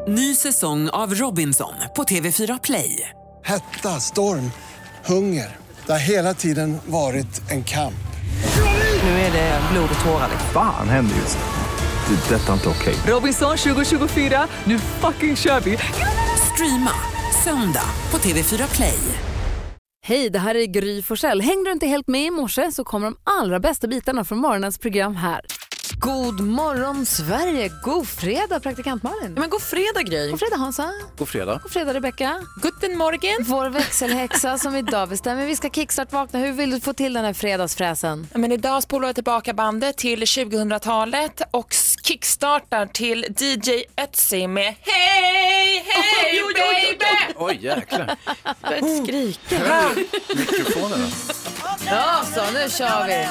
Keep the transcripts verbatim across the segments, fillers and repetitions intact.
Ny säsong av Robinson på T V fyra Play. Hetta, storm, hunger. Det har hela tiden varit en kamp. Nu är det blod och tårar. Fan händer just det. Det är detta inte okej. Robinson tjugo tjugofyra, nu fucking kör vi. Streama söndag på T V fyra Play. Hej, det här är Gry Forssell. Hängde du inte helt med i morse så kommer de allra bästa bitarna från morgonens program här. God morgon Sverige, god fredag praktikant Malin. Ja, men god fredag Gry. God fredag Hansa. God fredag. God fredag Rebecka. Guten Morgen. Vår växelhäxa som idag bestämmer. Vi ska kickstart vakna. Hur vill du få till den här fredagsfräsen? Ja, men idag spolar jag tillbaka bandet till tjugohundratalet och kickstartar till D J Ötzi med Hej, hej oh, baby. Oj jäklar. Börjat skrika. Mikrofonerna. Ja, så nu kör vi.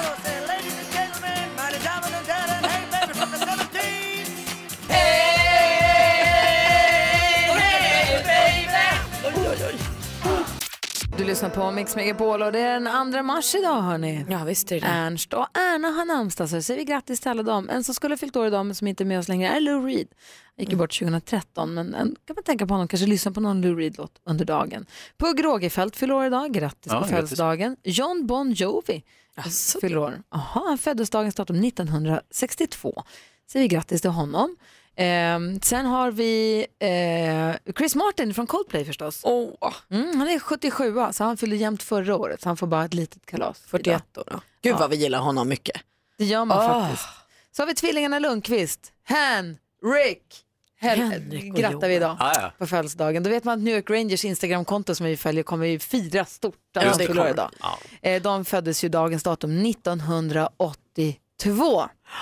Du lyssnar på Mix Megapol och det är den andra mars idag, hörni. Ja, visst är det. Ernst och Erna har namnsdag, så säger vi grattis till alla dem. En som skulle fyllt år idag men som inte är med oss längre är Lou Reed. Gick ju bort tjugohundratretton, men en, kan man tänka på honom, kanske lyssna på någon Lou Reed-låt under dagen. Pugh Rogefeldt fyller år idag, grattis ja, på födelsedagen. John Bon Jovi alltså. fyller år. Aha, han föddes dagens datum nittonhundrasextiotvå. Säger vi grattis till honom. Eh, sen har vi eh, Chris Martin från Coldplay förstås. Oh. Mm, han är sjuttiosju, så han fyllde jämnt förra året. Så han får bara ett litet kalas. fyrtioett år då. Gud ja. Vad vi gillar honom mycket. Det gör man oh. faktiskt. Så har vi tvillingarna Lundqvist. Henrik. Henrik grattar vi idag ah, ja. på födelsedagen. Då vet man att New York Rangers Instagramkonto som vi följer kommer ju fira stort. Ja, det kommer. Idag. Ja. Eh, de föddes ju dagens datum nittonhundraåttiotvå.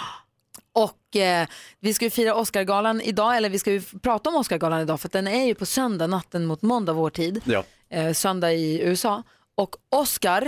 Och eh, vi ska ju fira Oscargalan idag, eller vi ska ju prata om Oscargalan idag för att den är ju på söndag, natten mot måndag vår tid. Ja. Eh, söndag i U S A. Och Oscar,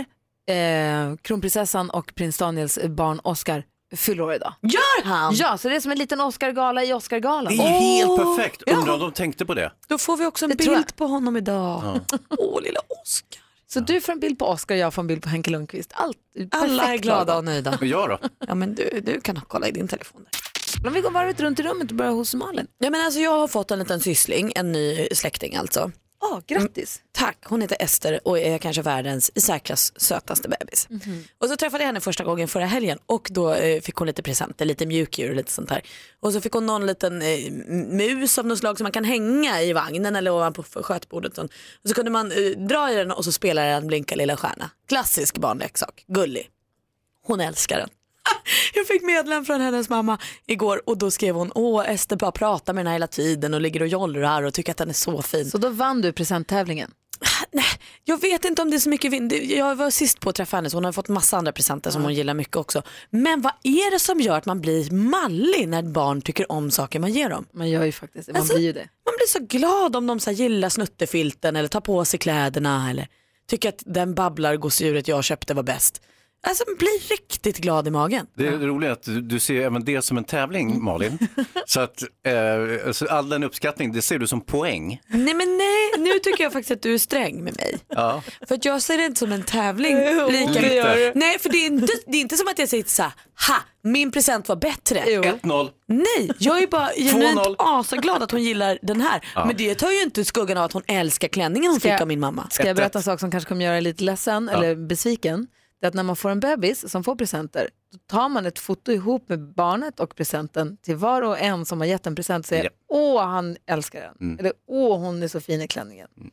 eh, kronprinsessan och prins Daniels barn Oscar fyller år idag. Gör han? Ja, så det är som en liten Oscargala i Oscargalan. Det är oh! helt perfekt. Undrar ja. om de tänkte på det. Då får vi också en det bild på honom idag. Åh, Ja. oh, lilla Oscar. Så du får en bild på Oscar och jag får en bild på Henke Lundqvist. Allt, alla är glada och nöjda. Men jag då? Ja, men du, du kan kolla i din telefon där. Om vi går varvet runt i rummet och börjar hos Malin. Ja, men alltså, jag har fått en liten syssling, en ny släkting alltså. Ja, oh, grattis. Mm, tack, hon heter Ester och är kanske världens i särklass sötaste bebis. Mm-hmm. Och så träffade jag henne första gången förra helgen och då eh, fick hon lite presenter, lite mjukdjur och lite sånt här. Och så fick hon någon liten eh, mus av något slag som man kan hänga i vagnen eller ovanpå skötbordet. Och så kunde man eh, dra i den och så spelar den blinka lilla stjärna. Klassisk barnleksak, gullig. Hon älskar den. Jag fick medlem från hennes mamma igår och då skrev hon: åh, Ester bara pratar med den här hela tiden och ligger och jollrar och tycker att den är så fin. Så då vann du presenttävlingen? Nej, jag vet inte om det är så mycket vind. Jag var sist på att träffa henne så hon har fått massa andra presenter som hon gillar mycket också. Men vad är det som gör att man blir mallig när barn tycker om saker man ger dem? Man gör ju faktiskt, man alltså, blir ju det. Man blir så glad om de så här gillar snuttefilten eller tar på sig kläderna eller tycker att den babblargosedjuret jag köpte var bäst. Alltså man blir riktigt glad i magen. Det är roligt att du, du ser även det som en tävling, Malin. Så att eh, alltså all den uppskattning, det ser du som poäng. Nej men nej, nu tycker jag faktiskt att du är sträng med mig. Ja. För att jag ser det inte som en tävling. Lika Lite. Nej, för det är, inte, det är inte som att jag säger så här: ha, min present var bättre. ett noll. Nej, jag är bara genuint noll. asaglad att hon gillar den här. Ja. Men det tar ju inte skuggan av att hon älskar klänningen hon Ska fick jag- av min mamma. Ska jag berätta en sak som kanske kommer göra dig lite ledsen eller besviken? Det är att när man får en bebis som får presenter, då tar man ett foto ihop med barnet och presenten till var och en som har gett en present och säger: Ja. åh, han älskar den. Mm. Eller åh, hon är så fin i klänningen. Men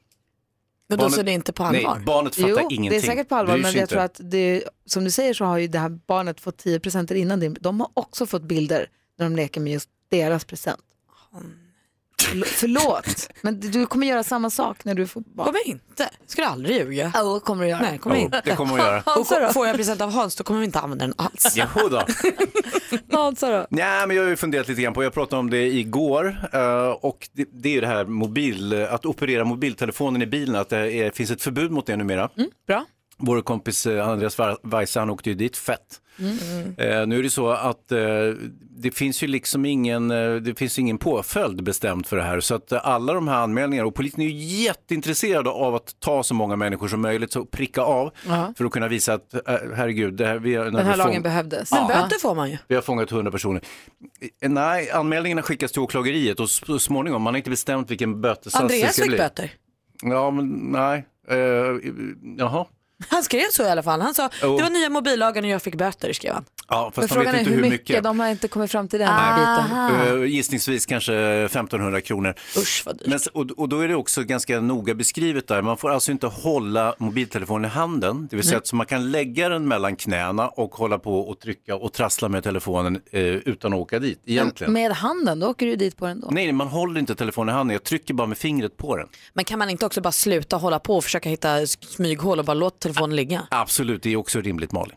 då Barnet- så är det inte på allvar. Nej, barnet fattar Jo, ingenting. det är säkert på allvar, Bryr men sig jag inte. tror att det, som du säger så har ju det här barnet fått tio presenter innan det. De har också fått bilder när de leker med just deras present. Förl- Förlåt, men du kommer göra samma sak när du får barn. Kommer inte. Skulle aldrig ljuga. Ja, oh, kommer du göra. Nej, kommer Jo, inte. det kommer att göra. Och Hansa då? får jag present av Hans då kommer vi inte använda den alls. Jaha då. Hansa då? Nej, men jag har ju funderat lite grann på, jag pratade om det igår eh, och det, det är ju det här mobil, att operera mobiltelefonen i bilen, att det är, finns ett förbud mot det numera. Mm, bra. Vår kompis eh, Andreas Weise, han åkte ju dit, fett. Mm. Eh, nu är det så att eh, det finns ju liksom ingen, eh, det finns ingen påföljd bestämt för det här. Så att eh, alla de här anmälningarna, och polisen är ju jätteintresserade av att ta så många människor som möjligt, så pricka av uh-huh. för att kunna visa att, eh, herregud, det här, vi, när den här vi lagen fång... behövdes. Men ja. böter får man ju. Vi har fångat hundra personer. Nej, anmälningarna skickas till åklageriet och så småningom, man har inte bestämt vilken bötesats det ska bli. Andreas fick böter. Ja, men nej. Uh, jaha. Han skrev så i alla fall. Han sa, oh. det var nya mobillagen och jag fick böter, skrev han. Ja, fast men frågan vet inte är hur mycket. mycket. De har inte kommit fram till den här biten. Uh, gissningsvis kanske femtonhundra kronor. Usch vad dyrt. Men, och, och då är det också ganska noga beskrivet där. Man får alltså inte hålla mobiltelefonen i handen. Det vill säga mm. att man kan lägga den mellan knäna och hålla på och trycka och trassla med telefonen uh, utan att åka dit egentligen. Men med handen, då åker du dit på den då? Nej, man håller inte telefonen i handen. Jag trycker bara med fingret på den. Men kan man inte också bara sluta hålla på och försöka hitta smyghål och bara låta telefonen ligga? Absolut, det är också rimligt, Malin.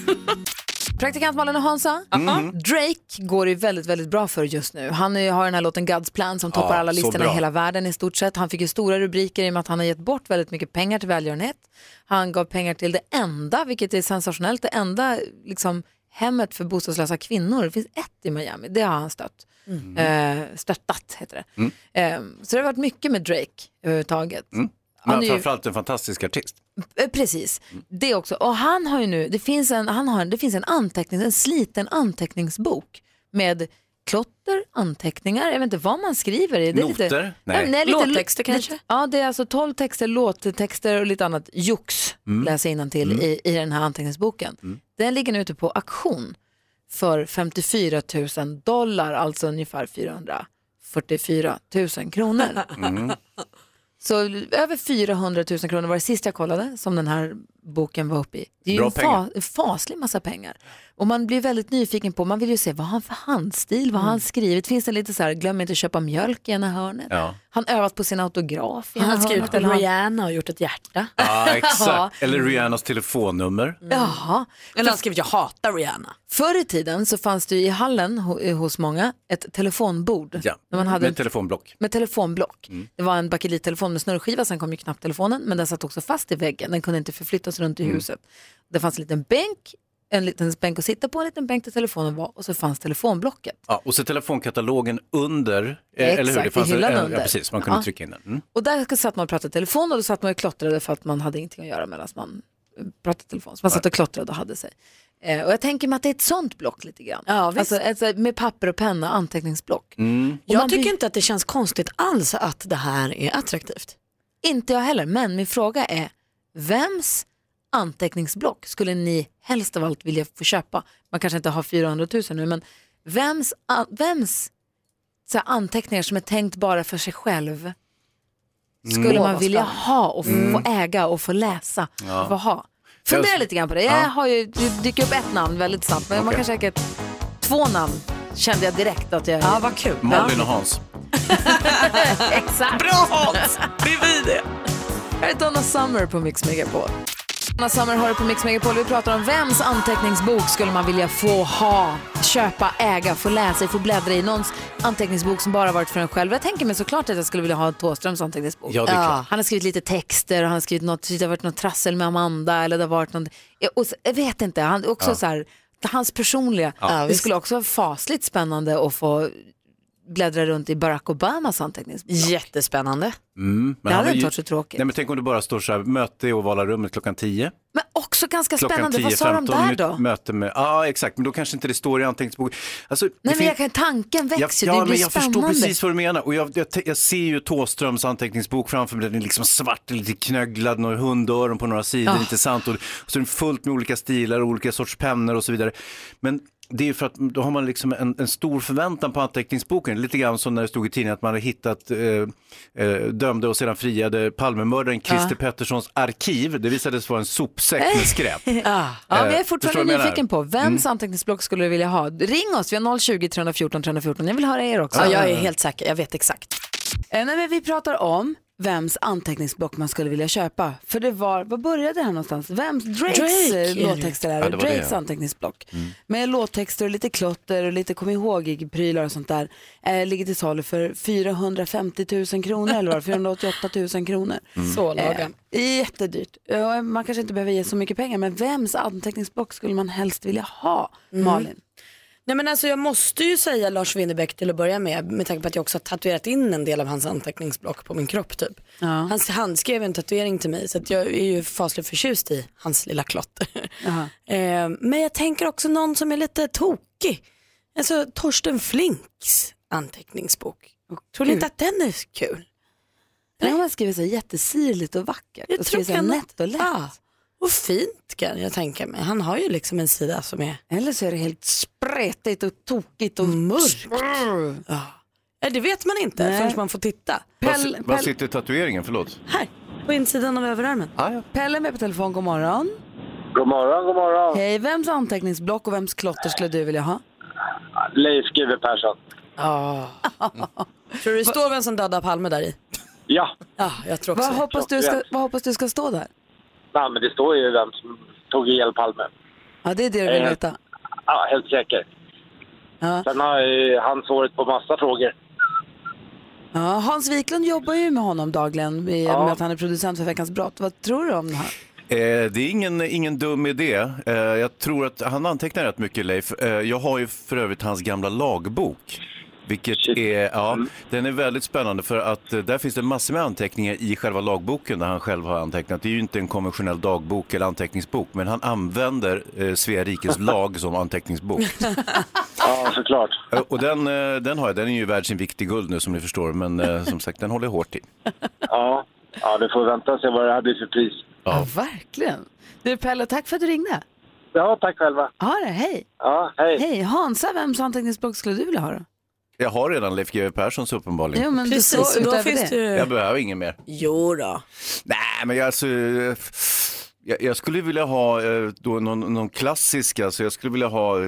Praktikant Malin och Hansa. Mm. Drake går ju väldigt, väldigt bra för just nu. Han är, har den här låten God's Plan som toppar ja, alla listorna i hela världen i stort sett. Han fick ju stora rubriker i och med att han har gett bort väldigt mycket pengar till välgörenhet. Han gav pengar till det enda, vilket är sensationellt, det enda liksom, hemmet för bostadslösa kvinnor. Det finns ett i Miami, det har han stött. Mm. Eh, stöttat heter det. Mm. Eh, så det har varit mycket med Drake överhuvudtaget. Mm. Men han är framförallt en fantastisk artist. Precis, det också. Och han har ju nu, det finns en, han har, det finns en anteckning, en sliten anteckningsbok med klotter, anteckningar, jag vet inte vad man skriver i. Det är Noter? Lite, nej. nej lite, låttexter kanske? Ja, det är alltså tolv texter, låttexter och lite annat jox, mm. läsa innantill mm. i, i den här anteckningsboken. Mm. Den ligger nu ute på auktion för femtiofyra tusen dollar, alltså ungefär fyrahundrafyrtiofyra tusen kronor. Mm. Så över fyrahundratusen kronor var det sista jag kollade som den här boken var uppe i. Det är ju en fa- faslig massa pengar. Och man blir väldigt nyfiken på, man vill ju se vad han för handstil, vad mm. han skrivit. Finns det lite så här, glöm inte att köpa mjölk i ena hörnet. Ja. Han övat på sin autograf i han ena har skrivit hörnet. på Rihanna och gjort ett hjärta. Ja, exakt. Eller Rihannas telefonnummer. Mm. Jaha. Eller han skrivit, jag hatar Rihanna. Förr i tiden så fanns det ju i hallen hos många ett telefonbord. Ja, man hade med telefonblock. Med telefonblock. Mm. Det var en bakelittelefon med snurrskiva, sen kom ju knapptelefonen, men den satt också fast i väggen. Den kunde inte förflyttas runt i huset. Mm. Det fanns en liten bänk, en liten bänk att sitta på, en liten bänk där telefonen var, och så fanns telefonblocket. Ja, och så telefonkatalogen under, exakt, eller hur? Det fanns hyllan en, under. Ja, precis, man kunde ja. trycka in den. Mm. Och där satt man och pratade telefon, och då satt man och klottrade för att man hade ingenting att göra medan man pratade telefon. Så man satt och klottrade och hade sig. Eh, och jag tänker mig att det är ett sånt block lite grann. Ja, visst. Alltså, alltså med papper och penna, anteckningsblock. Mm. Jag tycker blir... inte att det känns konstigt alls att det här är attraktivt. Inte jag heller, men min fråga är, vems anteckningsblock skulle ni helst av allt vilja få köpa? Man kanske inte har fyrahundratusen nu, men vems, vems så här, anteckningar som är tänkt bara för sig själv skulle mm. man vilja ha och få mm. äga och få läsa ja. och få ha? Fundera jag... lite grann på det. Jag ja. har ju dykt upp ett namn väldigt snabbt, men okay. man kan säkert två namn kände jag direkt att jag... Ja, vad kul. Malin och Hans. Exakt. Bra Hans, det är vi det. Här är Donna Summer på Mix Megapol. Donna Summer har det på Mix Megapol. Vi pratar om vems anteckningsbok skulle man vilja få ha, köpa, äga, få läsa, få bläddra i. Någons anteckningsbok som bara varit för en själv. Jag tänker mig såklart att jag skulle vilja ha Thåströms anteckningsbok. Ja, det är klart. Han har skrivit lite texter och han har skrivit något, det har varit något trassel med Amanda eller det har varit något, och jag vet inte, han också ja. så här, hans personliga, ja, det skulle också vara fasligt spännande att få bläddra runt i Barack Obamas anteckningsbok. Jättespännande. Mm, det hade inte varit så tråkigt. Nej, men tänk om du bara står så här, möte i ovala rummet klockan tio. Men också ganska klockan spännande, tio, vad sa de där då? Möte med, ja exakt, men då kanske inte det står i anteckningsboken. Alltså, Nej men fin- jag kan, tanken växer, ja, det ja, blir jag spännande. Jag förstår precis vad du menar, och jag, jag, jag ser ju Thåströms anteckningsbok framför mig, den är liksom svart, lite knögglad, några hundöron på några sidor, ja. inte sant, och, och så är den fullt med olika stilar och olika sorts pennor och så vidare. Men det är ju för att då har man liksom en, en stor förväntan på anteckningsboken. Lite grann som när det stod i tidningen att man hade hittat eh, eh, dömde och sedan friade Palmemördaren Christer ja. Petterssons arkiv. Det visade sig vara en sopsäck med skräp. ja, ja men jag är fortfarande nyfiken på vems mm. anteckningsblock skulle du vilja ha. Ring oss, vi har noll tjugo, tre fjorton, tre fjorton. Jag vill höra er också. Ja, jag är helt säker, jag vet exakt. Eh, nej, men vi pratar om vems anteckningsblock man skulle vilja köpa. För det var, vad började det här någonstans? Vems Drakes Drake, låttexter är det? Ja, det var Drakes det. anteckningsblock. Mm. Med låttexter och lite klotter och lite kom ihåg-prylar och sånt där. Eh, ligger till salu för fyrahundrafemtio tusen kronor eller vad? fyrahundraåttioåtta tusen kronor. Mm. Så lagen. Eh, jättedyrt. Eh, man kanske inte behöver ge så mycket pengar, men vems anteckningsblock skulle man helst vilja ha, Malin? Nej, men alltså jag måste ju säga Lars Winnerbäck till att börja med, med tanke på att jag också har tatuerat in en del av hans anteckningsblock på min kropp typ. Ja. Han, han skrev en tatuering till mig så att jag är ju fasligt förtjust i hans lilla klotter. eh, men jag tänker också någon som är lite tokig. Alltså Torsten Flinks anteckningsbok. Tror ni inte att den är kul? Den har man skrivit så jättesirligt och vackert. Jag och tror skrivit så kan- nätt och lätt. Ja. Och fint kan jag tänka mig. Han har ju liksom en sida som är Eller så är det helt spretigt och tokigt och mörkt. Ja. Ja, det vet man inte Nej. förrän man får titta. Var, Pell, var Pell, sitter tatueringen, förlåt? Här, på insidan av överarmen. Ah, ja. Pelle är med på telefon, god morgon. God morgon, god morgon. Hej, vems anteckningsblock och vems klotter skulle du vilja ha? Leif G W Persson. Ja. Tror du det står vem som dödade Palme där i? Ja, Ja, jag tror också Vad det. hoppas, du ska, vad hoppas du ska stå där? nej, men det står ju vem som tog ihjäl Palme. Ja, det är det du vill Eh. veta. Ja, helt säker. Ja. Sen har ju han svaret på massa frågor. Ja, Hans Wiklund jobbar ju med honom dagligen i Ja. med att han är producent för Veckans brott. Vad tror du om det här? Eh, det är ingen, ingen dum idé. Eh, jag tror att han antecknar rätt mycket, Leif. Eh, jag har ju för övrigt hans gamla lagbok. Vilket Shit. är, ja, den är väldigt spännande för att eh, där finns det massor med anteckningar i själva lagboken där han själv har antecknat. Det är ju inte en konventionell dagbok eller anteckningsbok, men han använder eh, Svea rikes lag som anteckningsbok. Ja, såklart. Eh, och den, eh, den har jag, den är ju värd sin vikt i guld nu som ni förstår, men eh, som sagt, den håller hårt i. Ja, ja, det får vänta och se vad det här blir för pris. Ja, verkligen. Du Pelle, tack för att du ringde. Ja, tack själva. Ja, det, hej. Ja, hej. Hej, Hansa, vems anteckningsblock skulle du vilja ha då? Jag har redan Leif G W Perssons uppenbarligen. Jo, men du Precis, står och då utöver finns det. det ju... Jag behöver ingen mer. Jo då. Nej, men jag, alltså, jag, jag skulle vilja ha eh, då någon, någon klassisk, alltså jag skulle vilja ha eh,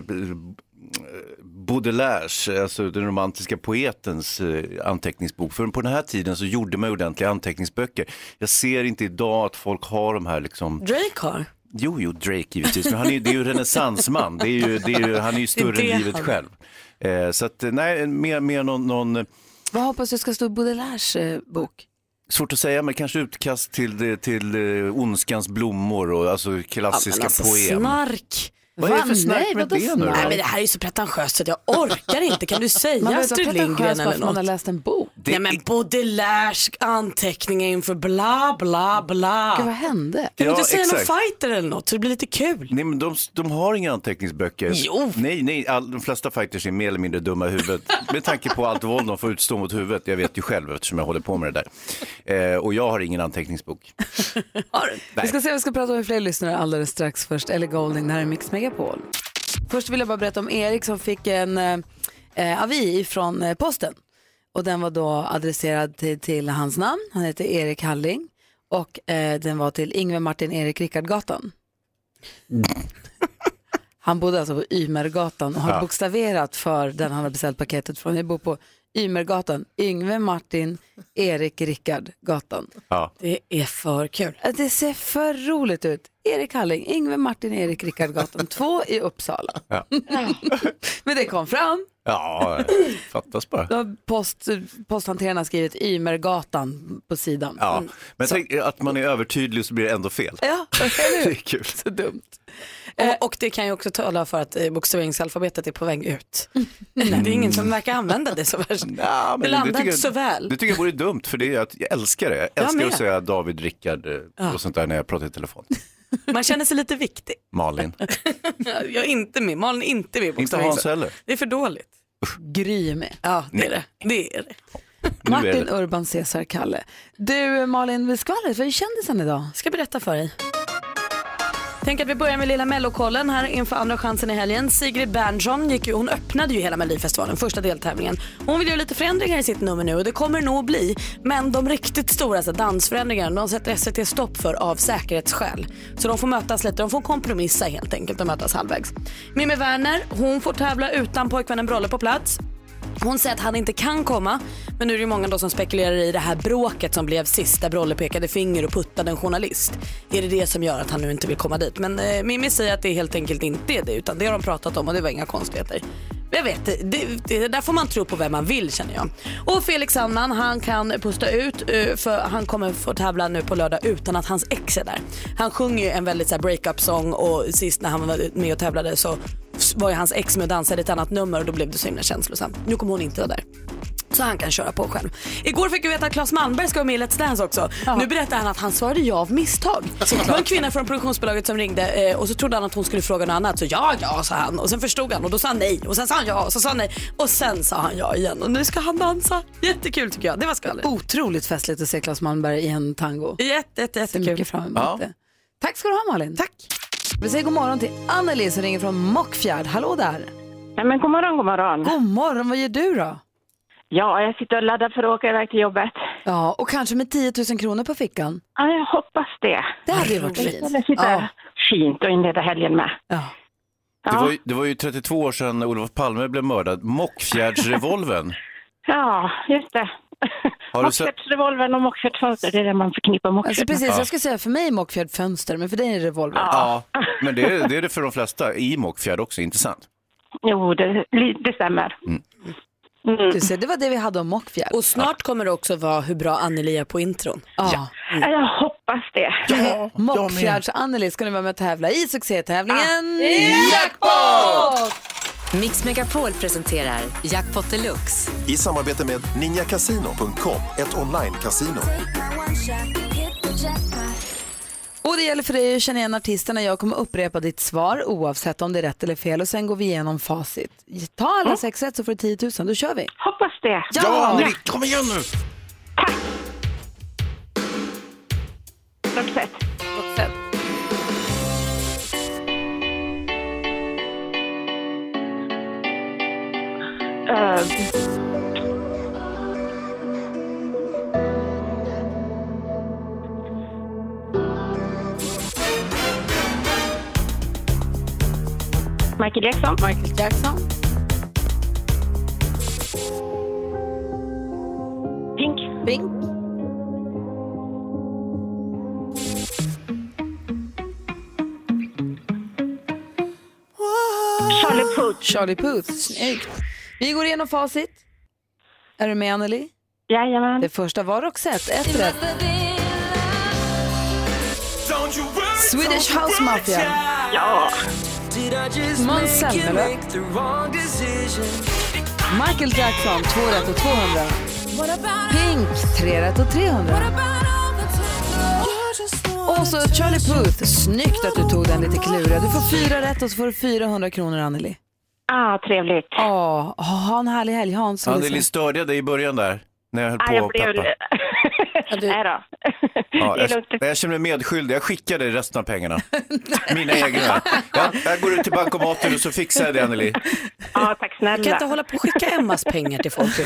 Baudelaires, alltså den romantiska poetens eh, anteckningsbok. För på den här tiden så gjorde man ordentliga anteckningsböcker. Jag ser inte idag att folk har de här liksom... Drake har. Jo, jo, Drake givetvis. Men han är, ju- det är ju renässansman. Det är ju, det är ju, han är ju större Det är än livet han. själv. Eh, så att, nej, mer, mer någon... någon Vad hoppas du ska stå i Baudelaires eh, bok? Svårt att säga, men kanske utkast till, till uh, ondskans blommor och alltså klassiska Ja, men alltså, poem. Snark. Vad är det för Va? snack Nej, med vadå det nu? snack? Nej, men det här är ju så pretentiöst att jag orkar inte. Kan du Man säga vet Astrid att Lindgren pretentiös bara eller för man har något? läst en bok. Det Nej, men är- Baudelaires anteckningar inför bla bla bla. Gud, vad hände? Kan du Ja, inte säga exakt. någon fighter eller något så det blir lite kul? Nej, men de, de har inga anteckningsböcker. Jo. Nej, nej, all, de flesta fighters är mer eller mindre dumma i huvudet. Med tanke på allt våld de får utstå mot huvudet. Jag vet ju själv eftersom jag håller på med det där. Eh, och jag har ingen anteckningsbok. Har du? Vi ska se vad vi ska prata om med fler lyssnare alldeles strax. Först Ellie Goulding, det här är Mix Megapol. Först vill jag bara berätta om Erik som fick en eh, avi från eh, posten. Och den var då adresserad till, till hans namn. Han heter Erik Halling. Och eh, den var till Ingve Martin Erik Rickardgatan. Han bodde alltså på Ymergatan och har Ja. bokstaverat för den han har beställt paketet från. Jag bor på Ymergatan, Yngve Martin Erik Rickardgatan. Ja. Det är för kul. Det ser för roligt ut. Erik Halling, Ingve Martin Erik Rickardgatan två i Uppsala. Ja. Men det kom fram. Ja, fattas bara. Då har post, posthanterarna skrivit Ymergatan på sidan. Ja, Mm. men tänk att man är övertydlig så blir det ändå fel. Ja, eller Det är hur? kul. Så dumt. Och, och det kan ju också tala för att eh, bokstaveringsalfabetet är på väg ut. Nej, det är ingen som verkar använda det så värst. Ja, men Det landar tycker inte jag- så väl. Det tycker jag vore dumt för det är att jag älskar det. Jag Jag älskar med. att säga David, Rickard eh, och sånt där när jag pratar i telefon. Man känner sig lite viktig. Malin. Jag är inte med, Malin är inte med i Inte Hans heller. Det är för dåligt. Gry är med. Ja, det är det. Det är det. Nu är Martin det. Urban Cesar Kalle. Du Malin, vi skvallret, vad är kändisen idag? Ska berätta för dig. Tänk att vi börjar med lilla mellokollen här inför andra chansen i helgen. Sigrid Bernson gick ju, hon öppnade ju hela Melodifestivalen, första deltävlingen. Hon vill göra lite förändringar i sitt nummer nu och det kommer nog att bli. Men de riktigt stora alltså, dansförändringarna, de sätter S V T stopp för av säkerhetsskäl. Så de får mötas lite, de får kompromissa helt enkelt och mötas halvvägs. Mimmi Werner, hon får tävla utan pojkvännen Brolle på plats. Hon säger att han inte kan komma, men nu är det många då som spekulerar i det här bråket som blev sist där Brolle pekade finger och puttade en journalist. Är det det som gör att han nu inte vill komma dit? Men eh, Mimmi säger att det helt enkelt inte är det, utan det har de pratat om och det var inga konstigheter. Jag vet, det, det, det, där får man tro på vem man vill, känner jag. Och Felix Sandman, han kan pusta ut för han kommer få tävla nu på lördag utan att hans ex är där. Han sjunger ju en väldigt så här break-up-sång och sist när han var med och tävlade så var ju hans ex med och dansade ett annat nummer och då blev det så himla känslosamt. Nu kommer hon inte vara där. Så han kan köra på själv. Igår fick vi veta att Claes Malmberg ska vara med i Let's Dance också. Ja. Nu berättar han att han svarade ja av misstag. Så det var en kvinna från produktionsbolaget som ringde eh, och så trodde han att hon skulle fråga något annat. Så ja, ja, sa han. Och sen förstod han och då sa han nej. Och sen sa han ja och så sa han nej. Och sen sa han ja igen. Och nu ska han dansa. Jättekul tycker jag. Det var skvallrigt. Otroligt festligt att se Claes Malmberg i en tango. Jätte, jätte, jättekul. Fram emot ja. det. Tack ska du ha, Malin. Tack. Vi säger god morgon till Anneli som ringer från Mockfjärd. Hallå där. Ja, men god morgon, god morgon. God morgon, vad gör du då? Ja, jag sitter och laddar för att åka iväg till jobbet. Ja, och kanske med tio tusen kronor på fickan. Ja, jag hoppas det. Det hade ju varit fint. Jag sitter ja. fint och inleda helgen med. Ja. Ja. Det, var ju, det var ju trettiotvå år sedan Olof Palme blev mördad. Mockfjärdsrevolven. Ja, just det. Mockfjärdsrevolven och Mockfjärdsfönster, det är det man förknippar Mockfjärd. Alltså precis, ja. jag skulle säga för mig Mockfjärdfönster, men för dig är det revolver. Ja, ja men det är, det är det för de flesta i Mockfjärd också, inte sant? Jo, det, det stämmer. Mm. Mm. Du ser, det var det vi hade om Mockfjärd. Och snart kommer det också vara hur bra Anneli är på intron. Ja. Ja. Mm. Jag hoppas det. Ja, Mockfjärds Anneli ska nu vara med och tävla i succétävlingen ja. Jackpot! Mix Megapol presenterar Jackpot Deluxe i samarbete med ninja casino punkt com, ett online-casino. Och det gäller för dig att känna igen artisterna. Jag kommer upprepa ditt svar oavsett om det är rätt eller fel och sen går vi igenom facit. Ta alla mm. sex rätt så får du tio tusen, då kör vi. Hoppas det. Ja, ja Anneli, kom igen nu. Tack. Roxette. Roxette. Uh. Michael Jackson. Michael Jackson. Pink. Pink. Charlie Puth. Charlie Puth. Snyggt. Vi går igenom facit. Är du med, Anneli? Jajamän. Det första var Roxette. Ett rätt. Swedish House Mafia. Ja. Måns Zelmerlöw. Michael Jackson, två rätt och tvåhundra. Pink, tre rätt och trehundra. Och så Charlie Puth, snyggt att du tog den lite kluriga. Du får fyra rätt och så får du fyrahundra kronor, Anneli. Ah, trevligt. Ja, oh, ha en härlig helg, Hans. Anneli, störde jag dig i början där? När jag höll ah, på jag att blev... peppa. Du... Nej då. Ja, jag, jag känner mig medskyldig. Jag skickade resten av pengarna. Mina egna. Ja, jag går ut till bankomaten och så fixar jag det, Anneli. Ja, tack snälla. Jag kan inte hålla på och skicka Emmas pengar till folk.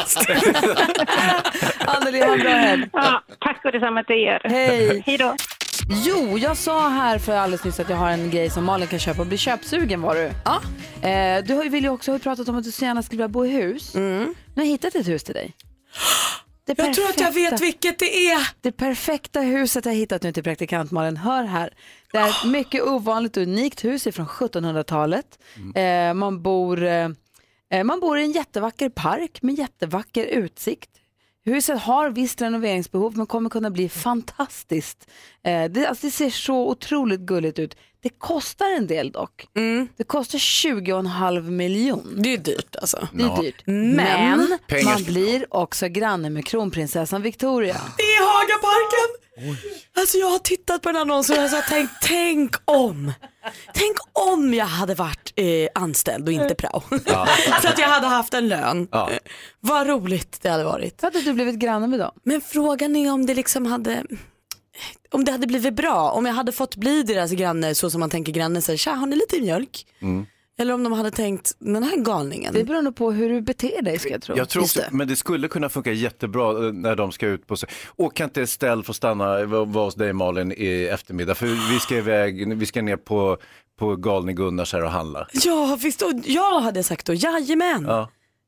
Anneli, ha en bra helg. Ja, tack och detsamma till er. Hej. Hej då. Jo, jag sa här för alldeles nyss att jag har en grej som Malin kan köpa och bli köpsugen, var du? Ja. Eh, du vill ju också ha pratat om att du så gärna skulle vilja bo i hus. Mm. Nu har jag hittat ett hus till dig. Det jag tror att jag vet vilket det är. Det perfekta huset jag har hittat nu till praktikant Malin. Hör här. Det är ett mycket ovanligt och unikt hus från sjuttonhundratalet. Mm. Eh, man, bor, eh, man bor i en jättevacker park med jättevacker utsikt. Huset har visst renoveringsbehov men kommer kunna bli fantastiskt. Eh, det, alltså det ser så otroligt gulligt ut. Det kostar en del dock. Mm. Det kostar tjugo och en halv miljon. Det är dyrt alltså. Det är ja. dyrt. Men Pengar. man blir också granne med kronprinsessan Victoria. Det är Hagaparken! Oj. Alltså jag har tittat på den annonsen och jag har tänkt, tänk om. Tänk om jag hade varit eh, anställd och inte prao. Ja. Så att jag hade haft en lön. Ja. Eh, vad roligt det hade varit. Så hade du blivit granne med dem. Men frågan är om det liksom hade... Om det hade blivit bra. Om jag hade fått bli deras granne så som man tänker granne. Så tja, har ni lite mjölk? Mm. Eller om de hade tänkt, den här galningen. Det beror nog på hur du beter dig, ska jag tro. Jag tror också, det. Men det skulle kunna funka jättebra när de ska ut på sig. Och kan inte Estelle få stanna vara hos dig, Malin, i eftermiddag? För vi ska iväg, vi ska ner på, på galning Gunnars här och handla. Ja, visst. Jag hade sagt då, jajamän. Ja.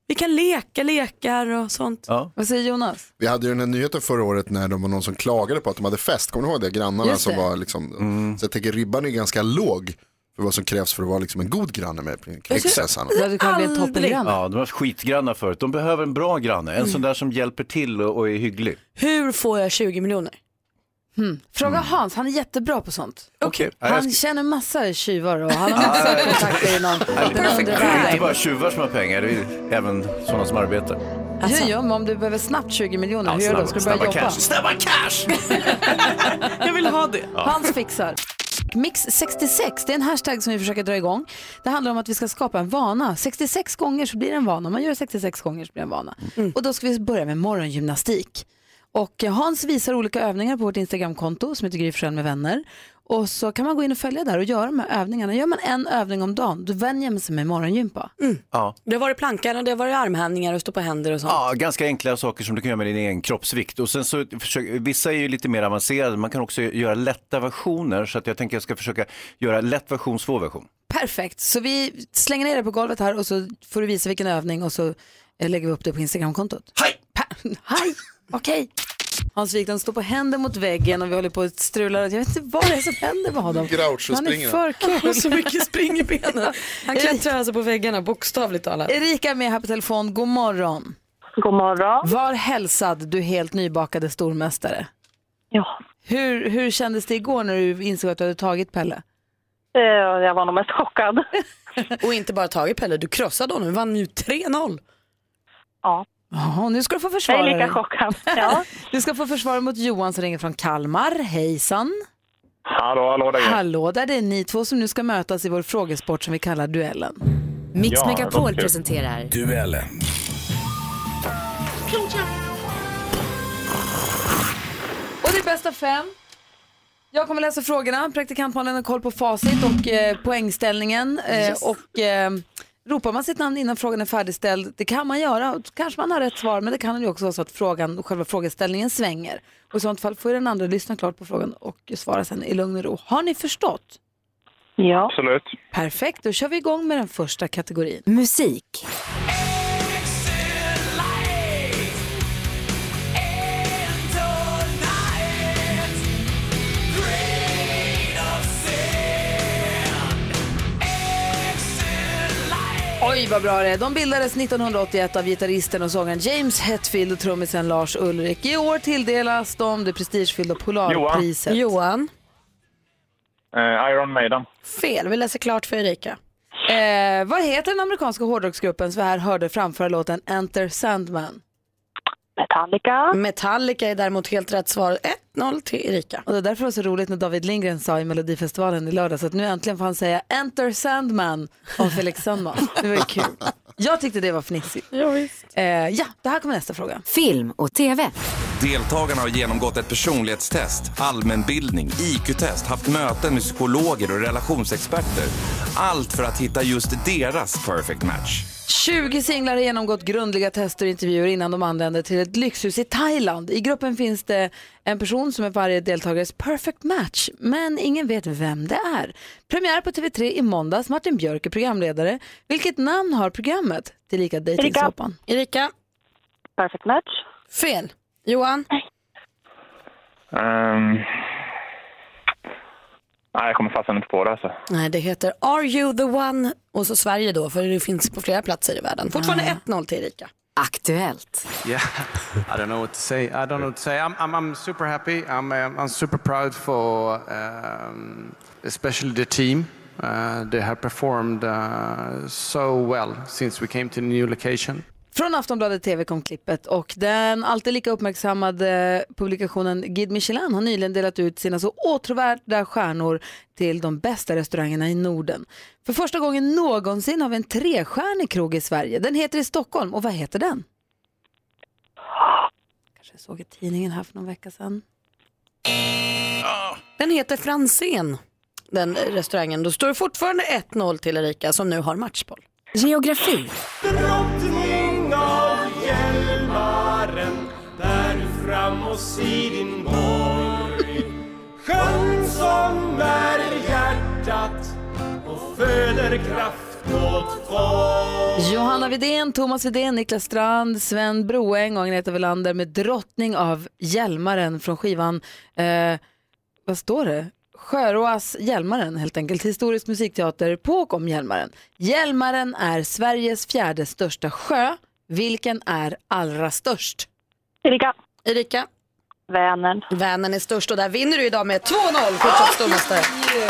Vi kan leka lekar och sånt. Ja. Vad säger Jonas? Vi hade ju den här nyheten förra året när de var någon som klagade på att de hade fest. Kommer du ihåg det? Grannarna Just som det. var liksom, Mm. så jag tänker ribban är ganska låg för vad som krävs för att vara liksom en god granne med prinsessan. Det hade kunnat bli en toppengranne. Ja, de var skitgrannar förut. De behöver en bra granne, en sån där som hjälper till och, och är hygglig. Hur får jag tjugo miljoner? Hmm. Fråga Hans, han är jättebra på sånt. Okej. Okay. Han känner massa tjuvar och han har massa kontakter inom den andra Det är världen. inte bara tjuvar som har pengar, det är även sådana som arbetar. Alltså. Hur gör man om du behöver snabbt tjugo miljoner? Hur gör du då? Ska du börja jobba? Cash. Snabba cash! Jag vill ha det. Ja. Hans fixar. Mix sextiosex, det är en hashtag som vi försöker dra igång. Det handlar om att vi ska skapa en vana. sextiosex gånger så blir det en vana. Om man gör sextiosex gånger så blir det en vana. Mm. Och då ska vi börja med morgongymnastik. Och Hans visar olika övningar på vårt Instagramkonto som heter Gry Forssell med vänner. Och så kan man gå in och följa där och göra de här övningarna. Gör man en övning om dagen, då vänjer man sig med morgongympa. Mm. Ja. Det har varit plankan och det har varit armhävningar och stå på händer och sånt. Ja, ganska enkla saker som du kan göra med din egen kroppsvikt. Och sen så försöker, vissa är ju lite mer avancerade. Man kan också göra lätta versioner. Så att jag tänker att jag ska försöka göra lätt version, svår version. Perfekt, så vi slänger ner det på golvet här och så får du visa vilken övning och så lägger vi upp det på Instagramkontot. Hej! Hej, okej. Okay. Hans Wiklund står på händer mot väggen och vi håller på att strula. Jag vet inte vad det är som händer med honom. Groucho Han är springer. för kul. Så mycket spring i benen. Han klättrar alltså på väggarna, bokstavligt talat. Erika är med här på telefon. God morgon. God morgon. Var hälsad, du helt nybakade stormästare. Ja. Hur, hur kändes det igår när du insåg att du hade tagit Pelle? Eh, Jag var nog mest chockad. Och inte bara tagit Pelle, du krossade honom. Du vann ju tre noll. Ja. Ja, nu ska du få försvara Jag är lika dig. chockad. Ja. Du ska få försvara mot Johan som ringer från Kalmar. Hejsan. Hallå, hallå där. Hallå, där det är ni två som nu ska mötas i vår frågesport som vi kallar duellen. Mix Ja, Megapol okej. presenterar Duellen. Och det är bästa fem. Jag kommer läsa frågorna. Praktikantmalen har koll på facit och eh, poängställningen. Eh, Yes. Och eh, ropar man sitt namn innan frågan är färdigställd, det kan man göra. Kanske man har rätt svar, men det kan ju också vara så att frågan, själva frågeställningen svänger. Och i sånt fall får den andra lyssna klart på frågan och svara sen i lugn och ro. Har ni förstått? Ja. Absolut. Perfekt, då kör vi igång med den första kategorin. musik. Oj, vad bra det är. De bildades nittonhundraåttioett av gitarristen och sångaren James Hetfield och trummisen Lars Ulrik. I år tilldelas de det prestigefyllda Polarpriset. Johan. Eh, Iron Maiden. Fel, vi läser klart för Erika. Eh, vad heter den amerikanska hårdrocksgruppen som vi här hörde framföra låten Enter Sandman? Metallica. Metallica är däremot helt rätt svar. ett noll till Erika. Och det är därför det var så roligt när David Lindgren sa i Melodifestivalen i lördag så att nu äntligen får han säga Enter Sandman av Felix Sandman. Det var ju kul. Jag tyckte det var fnissigt. Ja, visst. Eh, ja, det här kommer nästa fråga. Film och tv. Deltagarna har genomgått ett personlighetstest, allmänbildning, I Q-test, haft möten med psykologer och relationsexperter. Allt för att hitta just deras perfect match. tjugo singlar har genomgått grundliga tester och intervjuer innan de anländer till ett lyxhus i Thailand. I gruppen finns det en person som är varje deltagares perfect match, men ingen vet vem det är. Premiär på T V tre i måndags, Martin Björk är programledare. Vilket namn har programmet? Tillika dejtingsåpan. Erika. Perfect match. Fel. Johan. Um, nej, jag kommer fastna inte på det alltså. Nej, det heter Are You The One? Och så Sverige då, för det finns på flera platser i världen. Fortfarande ett noll till Erika. Aktuellt. Yeah, I don't know what to say. I don't know what to say. I'm, I'm, I'm super happy. I'm, um, I'm super proud for um, especially the team. Uh, they have performed uh, so well since we came to the new location. Från Aftonbladet T V kom klippet och den alltid lika uppmärksammade publikationen Guide Michelin har nyligen delat ut sina så åtråvärda stjärnor till de bästa restaurangerna i Norden. För första gången någonsin har vi en trestjärnig krog i Sverige. Den heter i Stockholm och vad heter den? Kanske jag såg i tidningen här för någon vecka sedan. Den heter Franzén, den restaurangen. Då står det fortfarande ett noll till Erika som nu har matchboll. Geografi. Drottning av Hjälmaren, där framåt i din borg. Sjön som är hjärtat och föder kraft åt folk. Johanna Widén, Thomas Widén, Niklas Strand, Sven Broeng och Agneta Welander med Drottning av Hjälmaren från skivan. Eh, vad står det? Sjörås Hjälmaren, helt enkelt. Historisk musikteater på och om Hjälmaren. Hjälmaren är Sveriges fjärde största sjö. Vilken är allra störst? Erika. Erika. Vänern. Vänern är störst och där vinner du idag med två noll. Fortsatt stormästare.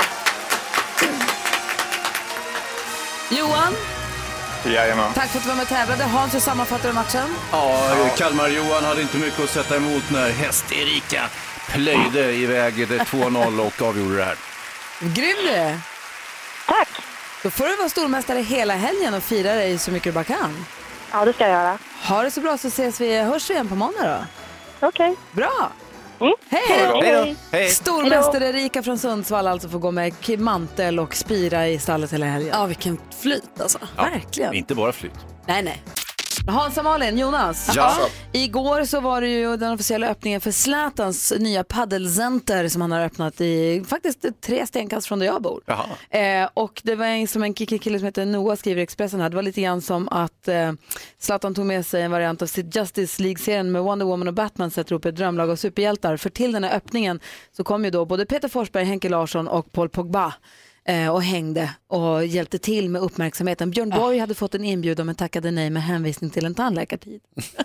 Johan. Jajamän. Tack för att du var med och tävlade. Hans, hur sammanfattar du matchen? Ja, Kalmar-Johan hade inte mycket att sätta emot när häst Erika plöjde iväg det två noll och avgjorde det här. Grym du är. Tack. Då får du vara stormästare hela helgen och fira dig så mycket du bara kan. Ja, det ska jag göra. Ha det så bra så ses vi, hörs vi igen på måndag då. Okej. Okay. Bra. Mm. Hej! Hej. Hej. Stormästare Erika från Sundsvall alltså får gå med mantel och spira i stallet hela helgen. Ja, vilken flyt alltså. Ja, verkligen. Inte bara flyt. Nej, nej. Hansa Malin, Jonas. Ja. Igår så var det ju den officiella öppningen för Zlatans nya paddelcenter som han har öppnat i faktiskt tre stenkast från där jag bor. Eh, och det var en, som en kille som heter Noah skriver i Expressen här. Det var lite grann som att eh, Zlatan tog med sig en variant av sitt Justice League-serien med Wonder Woman och Batman, sätter upp ett drömlag av superhjältar. För till den här öppningen så kom ju då både Peter Forsberg, Henke Larsson och Paul Pogba och hängde och hjälpte till med uppmärksamheten. Björn Borg hade fått en inbjudan men tackade nej med hänvisning till en tandläkartid.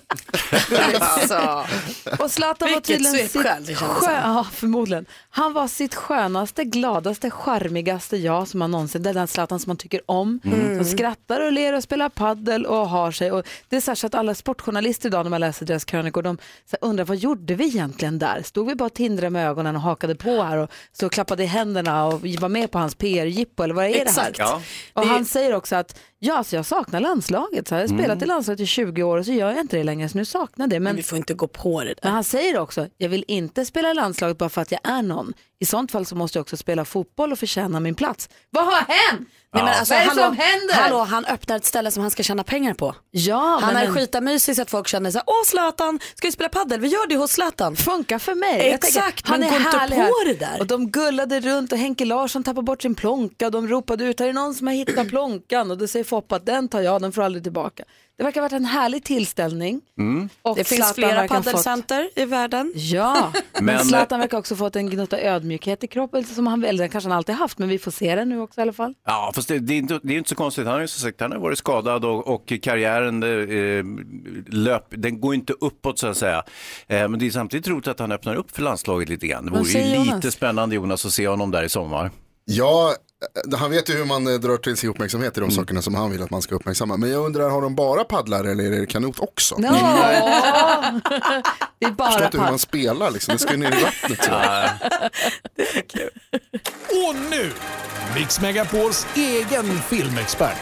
alltså. Och Zlatan var tydligen sitt skö- ja, förmodligen. Han var sitt skönaste, gladaste, charmigaste jag som man någonsin, det är den Zlatan som man tycker om. Mm. Som skrattar och ler och spelar paddel och har sig. Och det är särskilt att alla sportjournalister idag när man läser deras krönikor, de så undrar vad gjorde vi egentligen där? Stod vi bara och tindrade med ögonen och hakade på här och så klappade i händerna och var med på hans P R-jippo eller vad är Exakt. det här? Ja. Och det... han säger också att ja, så jag saknar landslaget. Så jag har spelat mm. i landslaget i tjugo år och så gör jag inte det längre, så nu saknar det. Men, men vi får inte gå på det där. Men han säger också, jag vill inte spela i landslaget bara för att jag är någon. I sånt fall så måste jag också spela fotboll och förtjäna min plats. Vad har hänt? Nej, men alltså, vad är det hallå, som händer? Hallå, han öppnar ett ställe som han ska tjäna pengar på. Ja, han men är skitamysig så att folk känner så här: åh Zlatan, ska vi spela paddel? Vi gör det hos Zlatan. Funkar för mig. Exakt, han men är går inte härlig på här. det där. Och de gullade runt och Henke Larsson tappade bort sin plånka och de ropade ut, här är någon som har hittat plånkan, och då säger Foppa att den tar jag, den får aldrig tillbaka. Det verkar ha varit en härlig tillställning. Mm. Och det finns flera paddelcenter fått... i världen. Ja, men, men Zlatan verkar också fått en gnutta ödmjukhet i kroppen som han väl kanske han alltid haft, men vi får se det nu också i alla fall. Ja, fast det, det, är, inte, det är inte så konstigt. Han har ju så sagt, han har varit skadad och, och karriären eh, löp, den går inte uppåt så att säga. Eh, men det är samtidigt roligt att han öppnar upp för landslaget lite grann. Det vore ju lite Jonas? spännande, Jonas, att se honom där i sommar. Ja, han vet ju hur man drar till sig uppmärksamhet i de mm. sakerna som han vill att man ska uppmärksamma. Men jag undrar, har de bara paddlar eller är det kanot också? No. Det är bara förstår inte hur man spelar liksom. Det ska ju ner i vattnet. Så. Det är kul. Och nu, Mix Megapols egen filmexpert,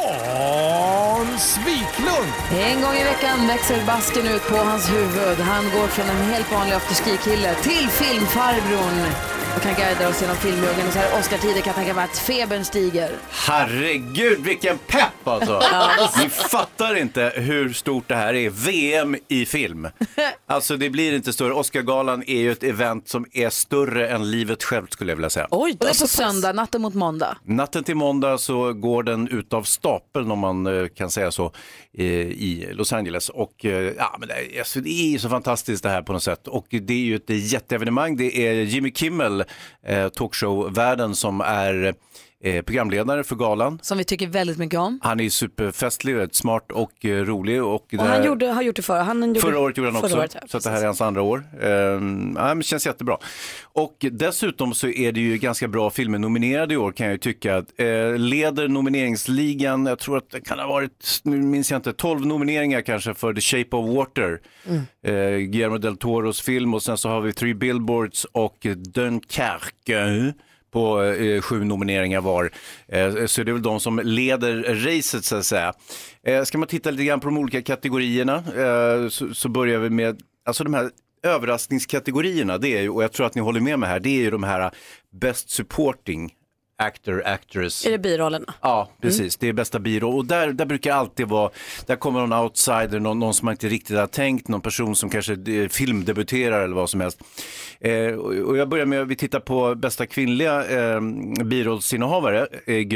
Hans Wiklund. En gång i veckan växer basken ut på hans huvud. Han går från en helt vanlig afterski-kille till filmfarbrorn och kan guida oss genom filmjungeln. Och så här Oscar-tider kan tänka mig att febern stiger. Herregud, vilken pepp alltså. Ni fattar inte hur stort det här är. V M i film. Alltså det blir inte större. Oscargalan är ju ett event som är större än livet självt, skulle jag vilja säga. Oj, och det är på söndag, natten mot måndag. Natten till måndag så går den ut av stapeln, om man kan säga så, i Los Angeles. Och ja, men det, alltså, det är ju så fantastiskt det här på något sätt. Och det är ju ett jätteevenemang. Det är Jimmy Kimmel, eh, talkshow-världen, som är eh, programledare för galan. Som vi tycker väldigt mycket om. Han är superfestlig, smart och eh, rolig. Och, och där, han gjorde, har gjort det förra. Han gjorde, förra året gjorde han också, året, ja, så att det här är hans andra år. Eh, ja, men det känns jättebra. Och dessutom så är det ju ganska bra filmer nominerade i år, kan jag ju tycka. Eh, leder nomineringsligan, jag tror att det kan ha varit, nu minns jag inte, tolv nomineringar kanske för The Shape of Water. Mm. Eh, Guillermo del Toros film, och sen så har vi Three Billboards och Dunkerque på eh, sju nomineringar var. Eh, så det är väl de som leder racet, så att säga. Eh, ska man titta lite grann på de olika kategorierna, eh, så, så börjar vi med, alltså de här överraskningskategorierna, det är ju, och jag tror att ni håller med mig här, det är ju de här Best Supporting Actor, Actress. Är det birollerna? Ja, precis. Mm. Det är bästa biroll. Och där, där brukar alltid vara, där kommer någon outsider, någon, någon som man inte riktigt har tänkt, någon person som kanske eh, filmdebuterar eller vad som helst. Eh, och jag börjar med att vi tittar på bästa kvinnliga eh, birollsinnehavare, eh, Gry.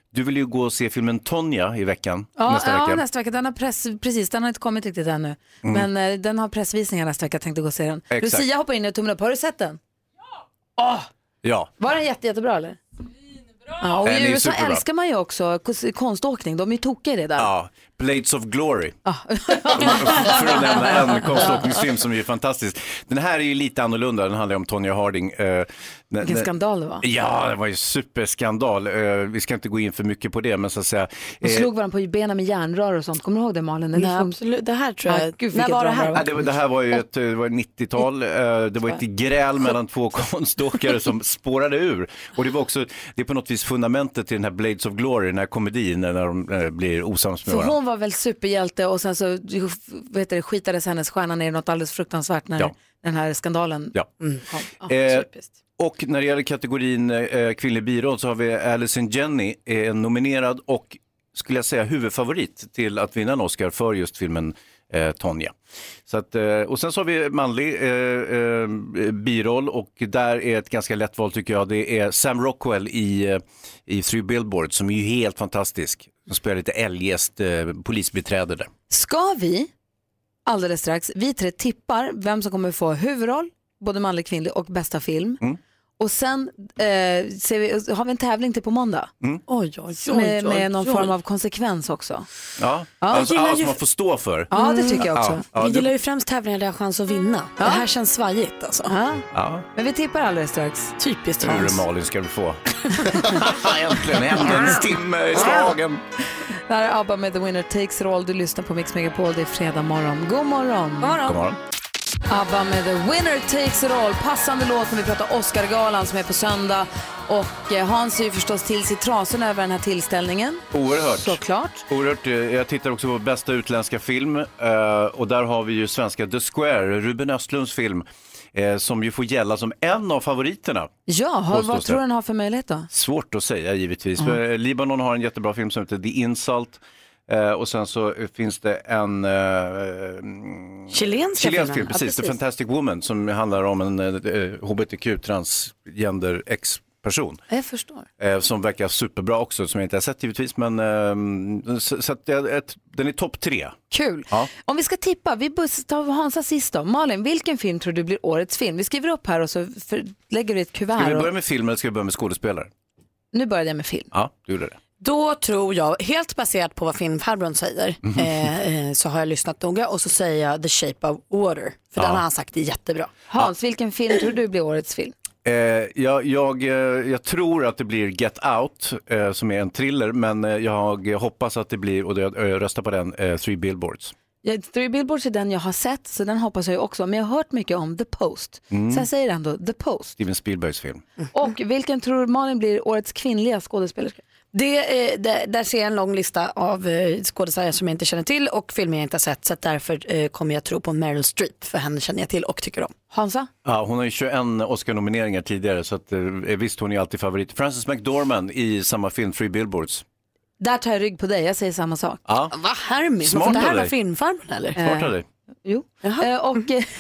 Du vill ju gå och se filmen Tonja i veckan. Ja, nästa ja, vecka. nästa vecka. Den har press, precis, den har inte kommit riktigt ännu. Mm. Men eh, den har pressvisningar nästa vecka. Jag tänkte gå och se den. Exakt. Lucia hoppar in och tumlar upp. Har du sett den? Ja! Oh, Ja. var den jätte, jättebra eller? Ja, och Den är i ju U S A superbra. älskar man ju också konståkning. De är ju tokiga i det där. Ja, Blades of Glory. För att nämna en konståkningsfilm som är fantastisk. Den här är ju lite annorlunda, den handlar om Tonya Harding. Uh, Vilken skandal det var. Ja, det var ju superskandal. Uh, vi ska inte gå in för mycket på det, men så att säga. De uh, slog varandra på benen med järnrör och sånt. Kommer du ihåg det, Malin? Nej, absolut. Det här tror jag. Ah, Gud, när var det här? Ja, det, var, det här var ju ett, det var nittiotal. Uh, det var ett gräl mellan två konståkare som spårade ur. Och det var också, det är på något vis fundamentet till den här Blades of Glory, den här komedin när de uh, blir osams med För varandra. hon var väl superhjälte och sen så vad heter det, skitades hennes stjärna ner något alldeles fruktansvärt när ja. den här skandalen ja. mm. kom. Ja, eh, och när det gäller kategorin eh, kvinnlig biroll så har vi Allison Janney eh, nominerad och skulle jag säga huvudfavorit till att vinna en Oscar för just filmen eh, Tonja. Så att, eh, och sen så har vi manlig eh, eh, biroll och där är ett ganska lätt val tycker jag. Det är Sam Rockwell i, eh, i Three Billboards som är ju helt fantastisk. Som spelar lite eljest eh, polisbiträde där. Ska vi alldeles strax, vi tre tippar vem som kommer få huvudroll, både manlig, kvinnlig och bästa film. Mm. Och sen eh, ser vi, har vi en tävling till på måndag. Mm. Oj, oj, oj, med, oj, med någon oj. form av konsekvens också. Ja, ja. alltså, jag alltså ju... man får stå för. Ja, det tycker jag också. Ja, ja, jag du... gillar ju främst tävlingar där jag har chans att vinna. Ja. Det här känns svajigt alltså. Ja. Ja. Men vi tippar alldeles strax. Typiskt Hans. Hur Malin ska du få? Äntligen hämndens timme i slagen. Det här är ABBA med The Winner Takes It All. Du lyssnar på Mix Megapol. Det är fredag morgon. God morgon. God morgon. God morgon. ABBA med The Winner Takes It All. Passande låt när vi pratar Oscargalan som är på söndag. Och Hans är ju förstås till sig trasen över den här tillställningen. Oerhört. Såklart. Oerhört. Jag tittar också på bästa utländska film. Och där har vi ju svenska The Square, Ruben Östlunds film. Som ju får gälla som en av favoriterna. Ja, har, vad tror du den har för möjlighet då? Svårt att säga givetvis. Mm. Libanon har en jättebra film som heter The Insult. Uh, och sen så finns det en uh, chilensk film, ja, precis, precis, The Fantastic Woman som handlar om en uh, H B T Q transgender ex-person. Jag förstår. Uh, som verkar superbra också, som jag inte har sett givetvis, men uh, så, så att, ett, den är topp tre. Kul. Ja. Om vi ska tippa, vi tar Hansa sist då. Malin, vilken film tror du blir årets film? Vi skriver upp här och så för, lägger du ett kuvert. Ska vi börja och... med film eller ska vi börja med skådespelare? Nu börjar jag med film. Ja, du gjorde det. Då tror jag, helt baserat på vad filmfarbrorn säger, mm. eh, så har jag lyssnat noga och så säger jag The Shape of Water. För ja. den har han sagt är jättebra. Hans, ja. vilken film tror du blir årets film? Eh, jag, jag, jag tror att det blir Get Out eh, som är en thriller, men jag hoppas att det blir, och jag, jag röstar på den, eh, Three Billboards. Ja, Three Billboards är den jag har sett, så den hoppas jag också. Men jag har hört mycket om The Post. Mm. Så jag säger ändå The Post. Steven Spielbergs film. Mm. Och vilken tror Malin blir årets kvinnliga skådespelerska? Det, eh, där, där ser jag en lång lista av eh, skådespelare som jag inte känner till och filmer jag inte har sett. Så därför eh, kommer jag tro på Meryl Streep, för henne känner jag till och tycker om. Hansa? Ja, hon har ju tjugoett Oscar-nomineringar tidigare, så att, eh, visst hon är alltid favorit. Frances McDormand i samma film, Three Billboards. Där tar jag rygg på dig, jag säger samma sak. Ja. Vad härligt, smart det här dig. var filmfarmen eller? Smart av dig. Jo. Eh, och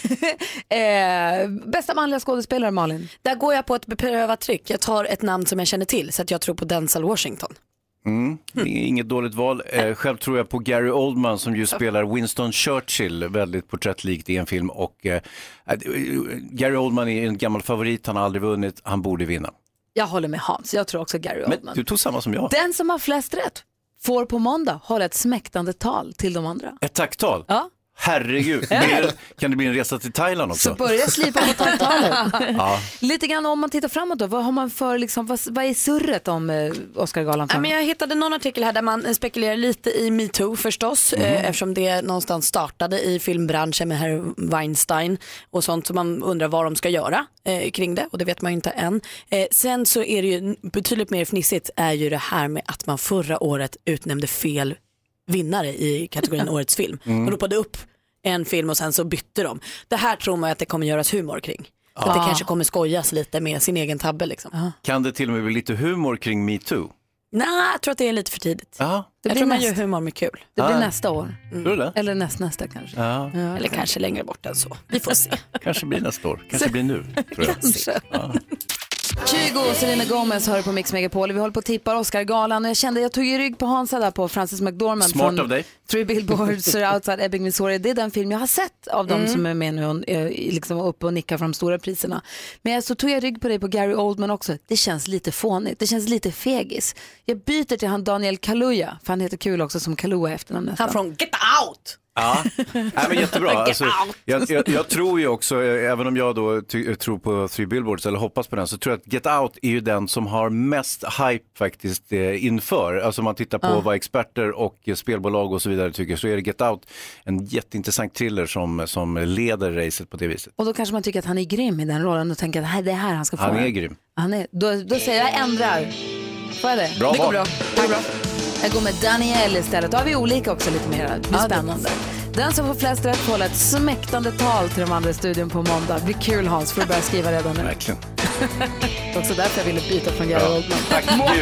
eh, bästa manliga skådespelare, Malin? Där går jag på ett beprövat tryck. Jag tar ett namn som jag känner till, så att jag tror på Denzel Washington. Mm. Mm. Inget dåligt val. Eh, själv tror jag på Gary Oldman som ju spelar Winston Churchill väldigt porträttlikt i en film. Och, eh, Gary Oldman är en gammal favorit, han har aldrig vunnit, han borde vinna. Jag håller med Hans, jag tror också Gary Oldman. Men du tog samma som jag. Den som har flest rätt får på måndag hålla ett smäktande tal till de andra. Ett tacktal? Ja. Herregud, det, kan det bli en resa till Thailand också? Så börja slipa på tacktalet. Ja. Lite grann om man tittar framåt då, vad har man för, liksom, vad, vad är surret om eh, Oscargalan? Ja, men jag hittade någon artikel här där man spekulerar lite i MeToo förstås, mm. eh, eftersom det någonstans startade i filmbranschen med herr Weinstein och sånt, som man undrar vad de ska göra eh, kring det, och det vet man ju inte än. Eh, sen så är det ju betydligt mer fnissigt är ju det här med att man förra året utnämnde fel vinnare i kategorin årets film. Mm. Och ropade upp en film och sen så bytte de. Det här tror man att det kommer göras humor kring. Ja. Att det kanske kommer skojas lite med sin egen tabbe liksom. Ja. Kan det till och med bli lite humor kring MeToo? Nej, jag tror att det är lite för tidigt. Ja. Jag tror man gör humor med kul. Det blir ja. nästa år. Mm. Eller nästnästa kanske. Ja. Ja, eller kanske längre bort än så. Vi får se. Kanske blir nästa år. Kanske blir nu, tror jag. Kanske. Ja. Kygo och Selena Gomez hör på Mix Megapol. Vi håller på att tippa Oscar-galan och jag kände jag tog ju rygg på Hansa där på Frances McDormand. Smart från av dig. Three Billboards Outside Ebbing, Missouri. Det är den film jag har sett av dem mm. som är med nu och liksom uppe och nickar för de stora priserna. Men så tog jag rygg på dig på Gary Oldman också. Det känns lite fånigt. Det känns lite fegis. Jag byter till han Daniel Kaluuya, för han heter kul också som Kaluuya efternamn nästan. Han från Get Out! Ja, nej, men jättebra. Alltså, jag, jag, jag tror ju också, även om jag då ty- tror på Three Billboards eller hoppas på den, så tror jag att Get Out är ju den som har mest hype faktiskt eh, inför. Alltså om man tittar på ja. vad experter och spelbolag och så vidare tycker, så är det Get Out en jätteintressant thriller som, som leder racet på det viset. Och då kanske man tycker att han är grym i den rollen och tänker att det är här han ska få. Han är grym. Han är, då, då säger jag ändrar. Får jag det? Bra det går val. bra. Det går bra. Jag går med Daniel istället. Då har vi olika också lite mer. Det blir ja, spännande. Det... Den som får flest rätt får hålla ett smäktande tal till de andra i studion på måndag. Det blir kul, Hans, för att börja skriva redan nu. Verkligen. Det är också därför jag ville byta från Gary Oldman. Tack Gud.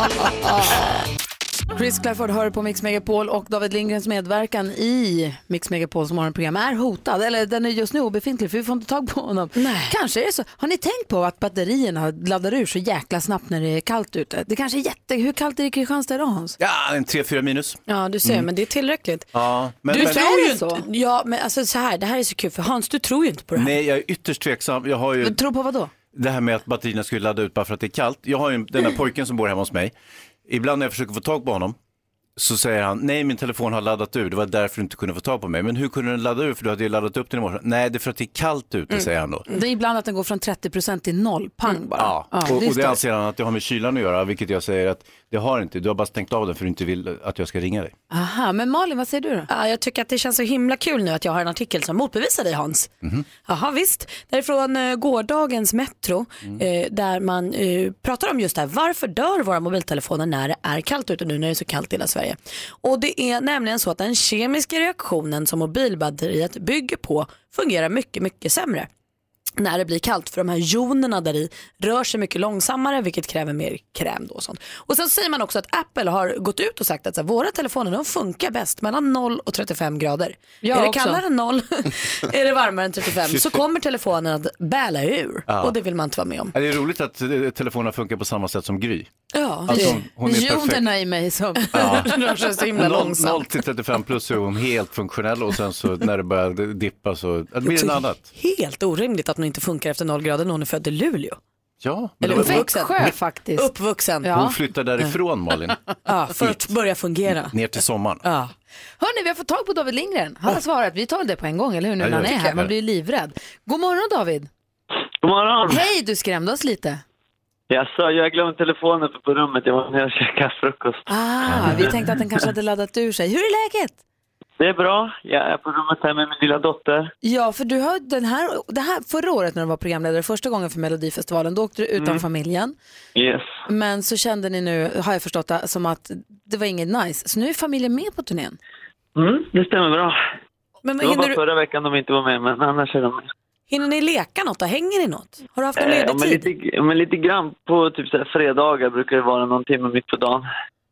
Chris Clafford hör på Mix Megapol och David Lindgrens medverkan i Mix Megapols morgonprogram är hotad. Eller den är just nu obefintlig för vi får inte tag på honom. Nej. Kanske är det så. Har ni tänkt på att batterierna laddar ur så jäkla snabbt när det är kallt ute? Det kanske är jätte... Hur kallt är det i Kristianstad idag, Hans? Ja, en tre fyra minus. Ja, du ser, mm. men det är tillräckligt. Ja, men, du men, tror ju så. inte... Ja, men alltså så här, det här är så kul för Hans, du tror ju inte på det här. Nej, jag är ytterst tveksam. Jag har ju... Du tror på vad då? Det här med att batterierna skulle ladda ut bara för att det är kallt. Jag har ju den där pojken som bor hemma hos mig. Ibland när jag försöker få tag på honom så säger han, nej min telefon har laddat ur, det var därför du inte kunde få tag på mig. Men hur kunde den ladda ur, för du hade ju laddat upp den i morse. Nej, det är för att det är kallt ute, mm. säger han då. Det är ibland att den går från trettio procent till noll, pang mm. bara. Ja, ja och, det, och det anser han att det har med kylan att göra, vilket jag säger att det har inte. Du har bara stängt av den för att du inte vill att jag ska ringa dig. Aha, men Malin, vad säger du då? Ja, jag tycker att det känns så himla kul nu att jag har en artikel som motbevisar dig, Hans. Mm-hmm. Jaha, visst. Det är från uh, gårdagens Metro mm. uh, där man uh, pratar om just det här. Varför dör våra mobiltelefoner när det är kallt ute nu när det är så kallt i hela Sverige? Och det är nämligen så att den kemiska reaktionen som mobilbatteriet bygger på fungerar mycket, mycket sämre när det blir kallt, för de här jonerna där i rör sig mycket långsammare, vilket kräver mer kräm då och sånt. Och sen säger man också att Apple har gått ut och sagt att så här, våra telefoner de funkar bäst mellan noll och trettiofem grader. Jag är det också. kallare än noll, är det varmare än trettiofem, så kommer telefonen att bäla ur. Ja. Och det vill man inte vara med om. Ja, det är roligt att telefonerna funkar på samma sätt som Gry. Ja, alltså, hon, hon är jonerna i mig som ja. rör sig så himla långsamt. noll till trettiofem plus är hon helt funktionell och sen så när det börjar dippa så det blir det något annat. Helt orimligt att hon inte funkar efter noll grader när hon är född i Luleå. Ja, eller uppvuxen. Sjö, faktiskt. Uppvuxen. Ja. Hon flyttar därifrån, Malin. Ja, för att börja fungera. Ner till sommaren. Ja. Hörrni, vi har fått tag på David Lindgren. Han har svarat. Vi tar det på en gång, eller hur? Nu när han är här. Man blir livrädd. God morgon, David. God morgon. Hej, du skrämde oss lite. Jaså, jag glömde telefonen på rummet. Jag var nere och käkade frukost. Ah, vi tänkte att den kanske hade laddat ur sig. Hur är läget? Det är bra. Jag är på rummet här med min lilla dotter. Ja, för du har den här, det här förra året när du var programledare första gången för Melodifestivalen, då åkte du utan mm. familjen. Yes. Men så kände ni nu, har jag förstått det, som att det var inget nice. Så nu är familjen med på turnén. Mm, det stämmer bra. Men, det var bara du... förra veckan de inte var med, men annars är de med. Hinner ni leka något? Hänger ni något? Har du haft en ledig eh, men tid? lite, men lite grann på typ så här fredagar brukar det vara någon timme mitt på dagen.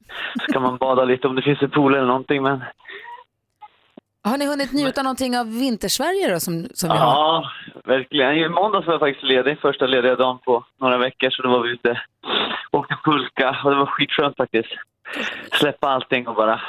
Så kan man bada lite om det finns en pool eller någonting, men... Har ni hunnit njuta någonting av Vintersverige då? Som, som ja, har? verkligen. I måndags var jag faktiskt ledig. Första lediga dagen på några veckor. Så då var vi ute åkte pulka. Och det var skitskönt faktiskt. Släppa allting och bara...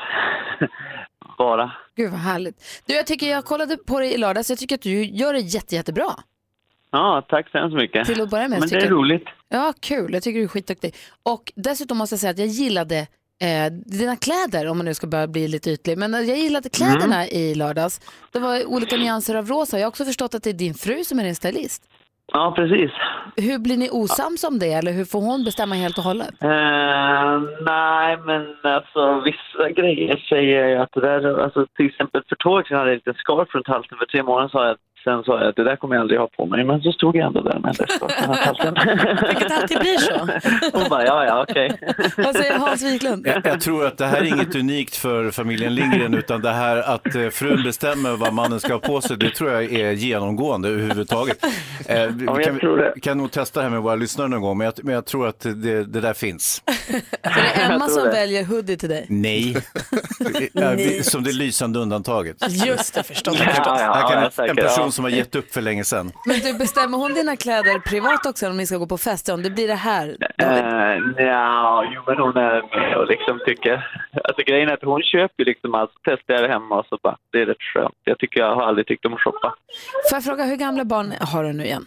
bara. Gud vad härligt. Du, jag tycker jag kollade på dig i lördags. Jag tycker att du gör det jätte, jättebra. Ja, tack så hemskt mycket. Till att börja med. Men det är jag... roligt. Ja, kul. Jag tycker du är skitduktig. Och dessutom måste jag säga att jag gillade... Eh, dina kläder, om man nu ska börja bli lite ytlig. Men jag gillade kläderna mm. i lördags. Det var olika nyanser av rosa. Jag har också förstått att det är din fru som är din stylist. Ja, precis. Hur blir ni osams om det? Eller hur får hon bestämma helt och hållet? Uh, nej, men alltså vissa grejer säger jag att det där... Alltså, till exempel för två år sedan hade jag en liten scarf runt halsen. För tre månader sa jag Sen sa jag att det där kommer jag aldrig ha på mig. Men så stod jag ändå där med halsen. Vilket alltid blir så. Hon bara, ja, ja, okej. Okay. Vad säger Hans Wiklund? Jag, jag tror att det här är inget unikt för familjen Lindgren. Utan det här att eh, frun bestämmer vad mannen ska ha på sig. Det tror jag är genomgående överhuvudtaget. Eh, vi ja, kan, vi kan nog testa det här med våra lyssnare någon gång. Men jag, men jag tror att det, det där finns. Så det är Emma som det. väljer hoodie till dig? Nej. Nej. Som det lysande undantaget. Just det, förstås. Ja, ja, ja, kan, en person någon som har gett upp för länge sedan. Men du, bestämmer hon dina kläder privat också om ni ska gå på fest? Om det blir det här? Uh, ja, jo, men hon är med och liksom tycker... Alltså grejen är att hon köper liksom allt. Så testar jag det hemma och så bara, det är rätt skönt. Jag tycker jag har aldrig tyckt om att shoppa. Får jag fråga, hur gamla barn har du nu igen?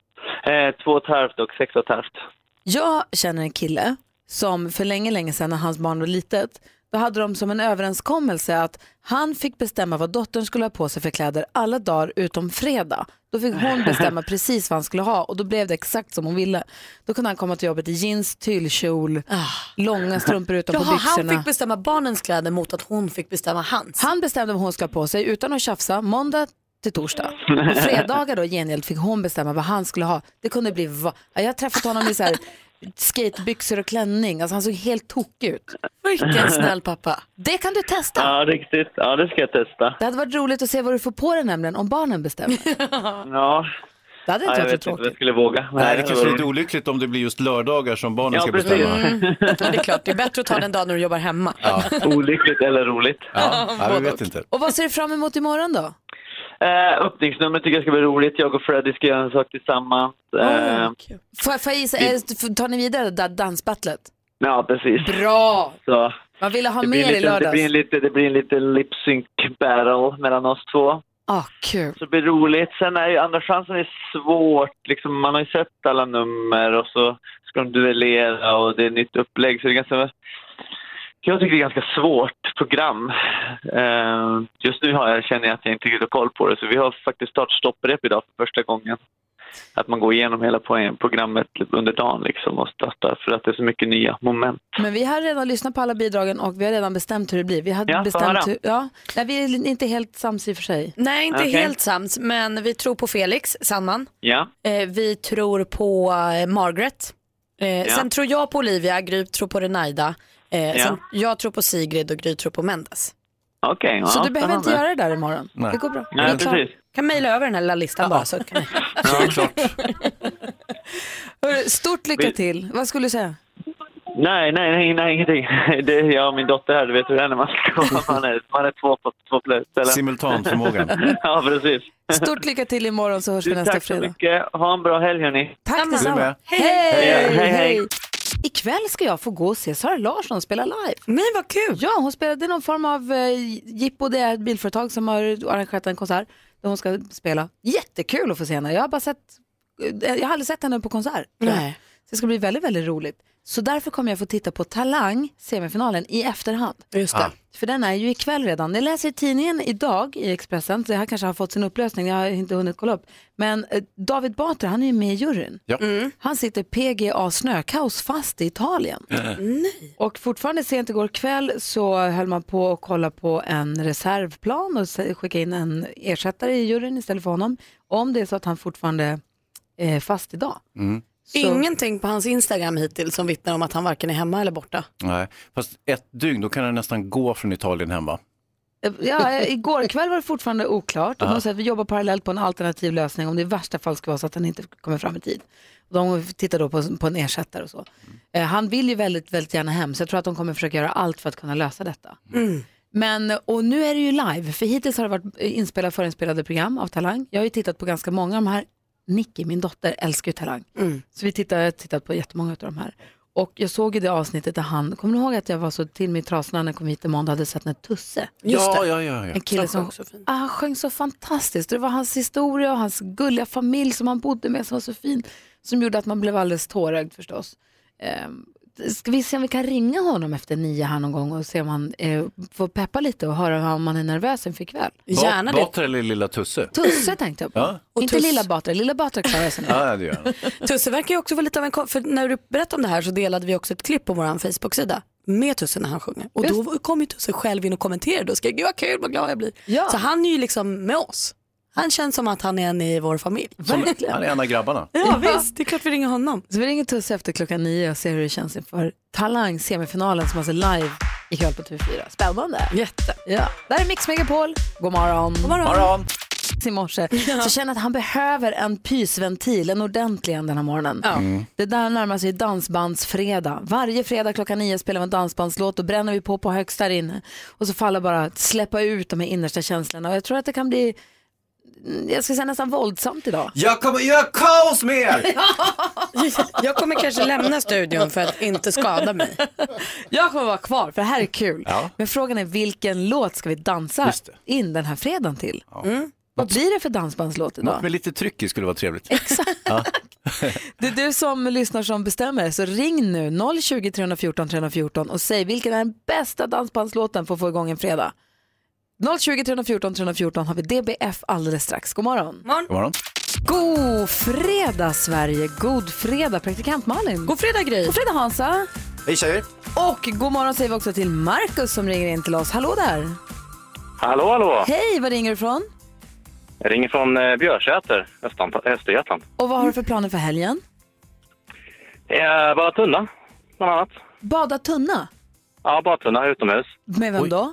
Uh, två och ett halvt och sex och ett halvt. Jag känner en kille som för länge, länge sedan när hans barn var litet, då hade de som en överenskommelse att han fick bestämma vad dottern skulle ha på sig för kläder alla dagar utom fredag. Då fick hon bestämma precis vad han skulle ha och då blev det exakt som hon ville. Då kunde han komma till jobbet i jeans, tyllkjol, ah. långa strumpor utanpå Jaha, byxorna. han fick bestämma barnens kläder mot att hon fick bestämma hans. Han bestämde vad hon skulle ha på sig utan att tjafsa, måndag till torsdag. Och fredagar då gengäld fick hon bestämma vad han skulle ha. Det kunde bli, va- jag har träffat honom i så här skatebyxor och klänning. Alltså han såg helt tokig ut. Vilken snäll pappa. Det kan du testa. Ja, riktigt. Ja, det ska jag testa. Det hade varit roligt att se vad du får på dig nämligen om barnen bestämmer. Ja. Det hade inte ja, jag varit vet så inte vad jag skulle våga. Nej, det kanske är lite olyckligt om det blir just lördagar som barnen ja, ska precis. bestämma. Mm. Ja, det är klart, det är bättre att ta den dag när du jobbar hemma. Ja. Olyckligt eller roligt. Ja, ja, vi vet inte. Och vad ser du fram emot imorgon då? Uh, öppningsnummer tycker jag ska bli roligt. Jag och Freddy ska göra en sak tillsammans. Uh, oh, får, får jag gissa, är, tar ni vidare det dansbattlet? Ja, precis. Bra! Så, man ville ha mer lite, i lördags. Det blir en lite, det blir en lite lip-sync battle mellan oss två. Ah, kul. Så det blir roligt. Sen är ju andra chansen är svårt. Liksom, man har ju sett alla nummer och så ska de duellera och det är nytt upplägg. Så det är ganska... Jag tycker det är ganska svårt program. Uh, just nu har jag, känner jag att jag inte har koll på det. Så vi har faktiskt startstopprep idag för första gången. Att man går igenom hela programmet under dagen liksom och startar för att det är så mycket nya moment. Men vi har redan lyssnat på alla bidragen och vi har redan bestämt hur det blir. Vi har ja, bestämt hur, ja, nej, vi är inte helt sams i och för sig. Nej, inte okay. helt sams, men vi tror på Felix Sandman. Ja. Eh, vi tror på eh, Margaret. Eh, ja. Sen tror jag på Olivia, Gry tror på Renaida. Eh, ja. Sen jag tror på Sigrid och Gry tror på Mendes. Okej. Okay, ja, så du behöver inte göra det där imorgon. Nej. Det går bra. Nej, precis. Kan mejla över den här lilla listan ja. bara så kan vi. Ja, klart. Stort lycka till. Vad skulle du säga? Nej, nej, nej, nej ingenting. Det är jag och min dotter här, du vet hur det är när man ska. Man är, man är två på två ställen. Simultanförmågan. Ja, precis. Stort lycka till imorgon så hörs vi nästa tack fredag. Tack så mycket. Ha en bra helg, hörni. Tack detsamma. Hej. Hej. Hej, hej. Ikväll ska jag få gå och se Sara Larsson spela live. Men vad kul. Ja, hon spelade någon form av eh, jippo. Det är ett bilföretag som har arrangerat en konsert där hon ska spela. Jättekul att få se henne. Jag har bara sett, jag har aldrig sett henne på konsert. Nej. Så det ska bli väldigt, väldigt roligt. Så därför kommer jag få titta på Talang, semifinalen, i efterhand. Just det. Ah. För den är ju ikväll redan. Jag läser i tidningen idag i Expressen, så jag har kanske har fått sin upplösning, jag har inte hunnit kolla upp. Men eh, David Batra, han är ju med i juryn. Ja. Mm. Han sitter P G A snökaos fast i Italien. Mm. Och fortfarande sent igår kväll så höll man på att kolla på en reservplan och skicka in en ersättare i juryn istället för honom. Om det är så att han fortfarande är fast idag. Mm. Så. Ingenting på hans Instagram hittills som vittnar om att han varken är hemma eller borta. Nej, fast ett dygn då kan han nästan gå från Italien hemma. Ja, igår kväll var det fortfarande oklart. De säger att vi jobbar parallellt på en alternativ lösning om det i värsta fall ska vara så att han inte kommer fram i tid. De tittar då på, på en ersättare och så. Mm. Han vill ju väldigt, väldigt gärna hem, så jag tror att de kommer försöka göra allt för att kunna lösa detta. Mm. Men, och nu är det ju live, för hittills har det varit inspelade förinspelade program av Talang. Jag har ju tittat på ganska många av de här. Nicky, min dotter, älskar ju Talang. Mm. Så vi tittar, tittat på jättemånga av de här. Och jag såg ju det avsnittet där han, kommer du ihåg att jag var så till mig trasorna när jag kom hit i måndag hade sett när Tusse? Just ja, ja, ja, ja. En kille som ah, han sjöng så fantastiskt. Det var hans historia och hans gulliga familj som han bodde med som var så fin. Som gjorde att man blev alldeles tårögd förstås. Um, ska vi se om vi kan ringa honom efter nio här någon gång och se om han eh, får peppa lite och höra om man är nervös inför ikväll. Gärna det. Batra eller lilla Tusse? Tusse tänkte jag på. Ja. Inte Tuss... lilla Batra, lilla Batra klarar sig nu. Ja, det gör Tusse verkar ju också vara lite av en... För när du berättade om det här så delade vi också ett klipp på vår Facebook-sida med Tusse när han sjunger. Och Just. då kom ju Tusse själv in och kommenterade och skrev, gud vad kul, vad glad jag blir. Ja. Så han är ju liksom med oss. Han känns som att han är en i vår familj. Som, han är en av grabbarna. Ja, ja, visst. Det är klart vi ringer honom. Så vi ringer Tusse efter klockan nio och ser hur det känns inför Talang semifinalen som alltså live ikväll på T V fyra. Spännande. Jätte. Ja. Där är Mix Megapol. God morgon. God morgon. morgon. I morse ja. Så känner att han behöver en pysventil, en ordentlig en den här morgonen. Ja. Mm. Det där närmar sig dansbandsfredag. Varje fredag klockan nio spelar vi en dansbandslåt och bränner vi på på högst där inne. Och så faller bara att släppa ut de här innersta känslorna. Och jag tror att det kan bli jag ska säga nästan våldsamt idag. Jag kommer göra kaos med er! Jag kommer kanske lämna studion för att inte skada mig. Jag kommer vara kvar för det här är kul. Ja. Men frågan är vilken låt ska vi dansa in den här fredagen till? Ja. Mm. Vad blir det för dansbandslåt idag? Något med lite tryck i skulle vara trevligt. Exakt. Ja. Det är du som lyssnar som bestämmer, så ring nu noll tjugo, tre fjorton, tre fjorton och säg vilken är den bästa dansbandslåten för att få igång en fredag. noll tjugo, tre fjorton, tre fjorton har vi D B F alldeles strax. God morgon. morgon. God morgon. God fredag Sverige, god fredag praktikant Malin. God fredag Gry. God fredag Hansa. Hej tjejer. Och god morgon säger vi också till Marcus som ringer in till oss. Hallå där. Hallå, hallå. Hej, var ringer du ifrån? Jag ringer från eh, Björsäter, Östergötland. Och vad har du för planer för helgen? Eh, bara tunna, bland annat. Bada tunna? Ja, bara tunna utomhus. Med vem Oj. då?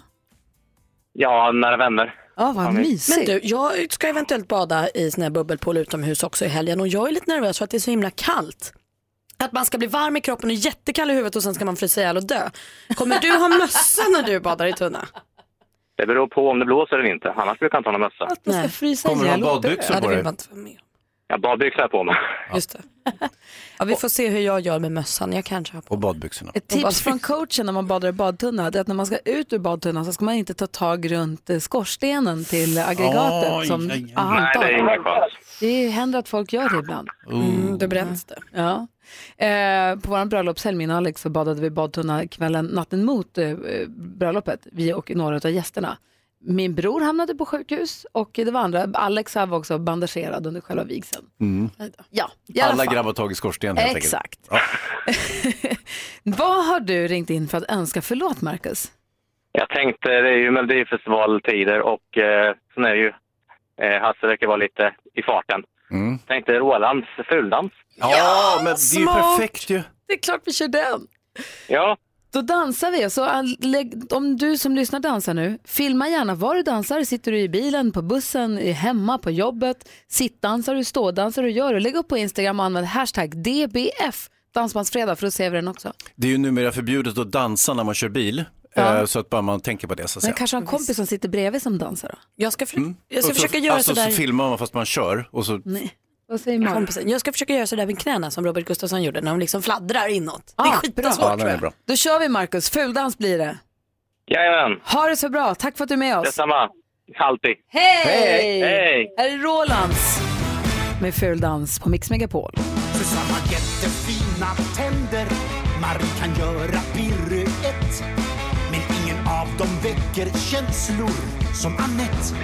Ja, nära vänner. Ja, vad mysigt. Men du, jag ska eventuellt bada i sån här bubbelpool utomhus också i helgen och jag är lite nervös för att det är så himla kallt. Att man ska bli varm i kroppen och jättekall i huvudet och sen ska man frysa ihjäl och dö. Kommer du ha mössa när du badar i tunna? Det beror på om det blåser eller inte, annars brukar jag inte ha någon mössa. Att man ska frysa Kommer du ha ihjäl och dö. badbyxor Ja, det på vill dig? man inte vara med. Jag har badbyxor på mig. Just det. Ja, vi får se hur jag gör med mössan. Jag kanske har på. Och badbyxorna. Ett tips från coachen när man badar i badtunna är att när man ska ut ur badtunnan så ska man inte ta tag runt eh, skorstenen till aggregatet Oj, som oj, oj. ah, Nej, det är inget skönt. Det händer att folk gör det ibland. Mm, då bränns det. Ja. Eh, på vår bröllopshelg, min och Alex, så badade vi badtunna kvällen, natten mot eh, bröllopet. Vi och några av gästerna. Min bror hamnade på sjukhus och det var andra. Alex var också bandagerad under själva vigseln. Mm. Ja, i alla Alla fall. grabbar tagit skorsten helt Exakt. enkelt. Ja. Vad har du ringt in för att önska förlåt, Marcus? Jag tänkte, det är ju Melodifestivaltider och eh, sen är det ju eh, Hasse verkar vara lite i farten. Mm. Tänkte Rolands fuldans. Ja, ja, men det är ju perfekt ju. Det är klart vi kör den. Ja. Då dansar vi. Så om du som lyssnar dansar nu, filma gärna var du dansar. Sitter du i bilen, på bussen, hemma, på jobbet. Sittdansar du, stådansar du, gör och lägg upp på Instagram och använd hashtag D B F Dansbandsfredag för att se den också. Det är ju numera förbjudet att dansa när man kör bil. Ja. Så att bara man tänker på det så att Men säga. kanske en kompis som sitter bredvid som dansar då? Jag ska, för... Mm. jag ska Och så, försöka göra alltså, sådär. så filmar man fast man kör. Och så... Nej. Vad säger man? Kompisen. Jag ska försöka göra sådär med knäna som Robert Gustafsson gjorde när de liksom fladdrar inåt. Ah, det är skitsvårt Ja, den tror är jag. bra. Då kör vi, Marcus. Fuldans blir det. Jajamän, Ha det så bra. Tack för att du är med oss. detsamma. Alltid. Hej! Hej! Hej! Här är Rolands med fuldans på Mix Megapol. För samma jättefina tänder man kan göra piruett. Men ingen av dem väcker känslor som Anette.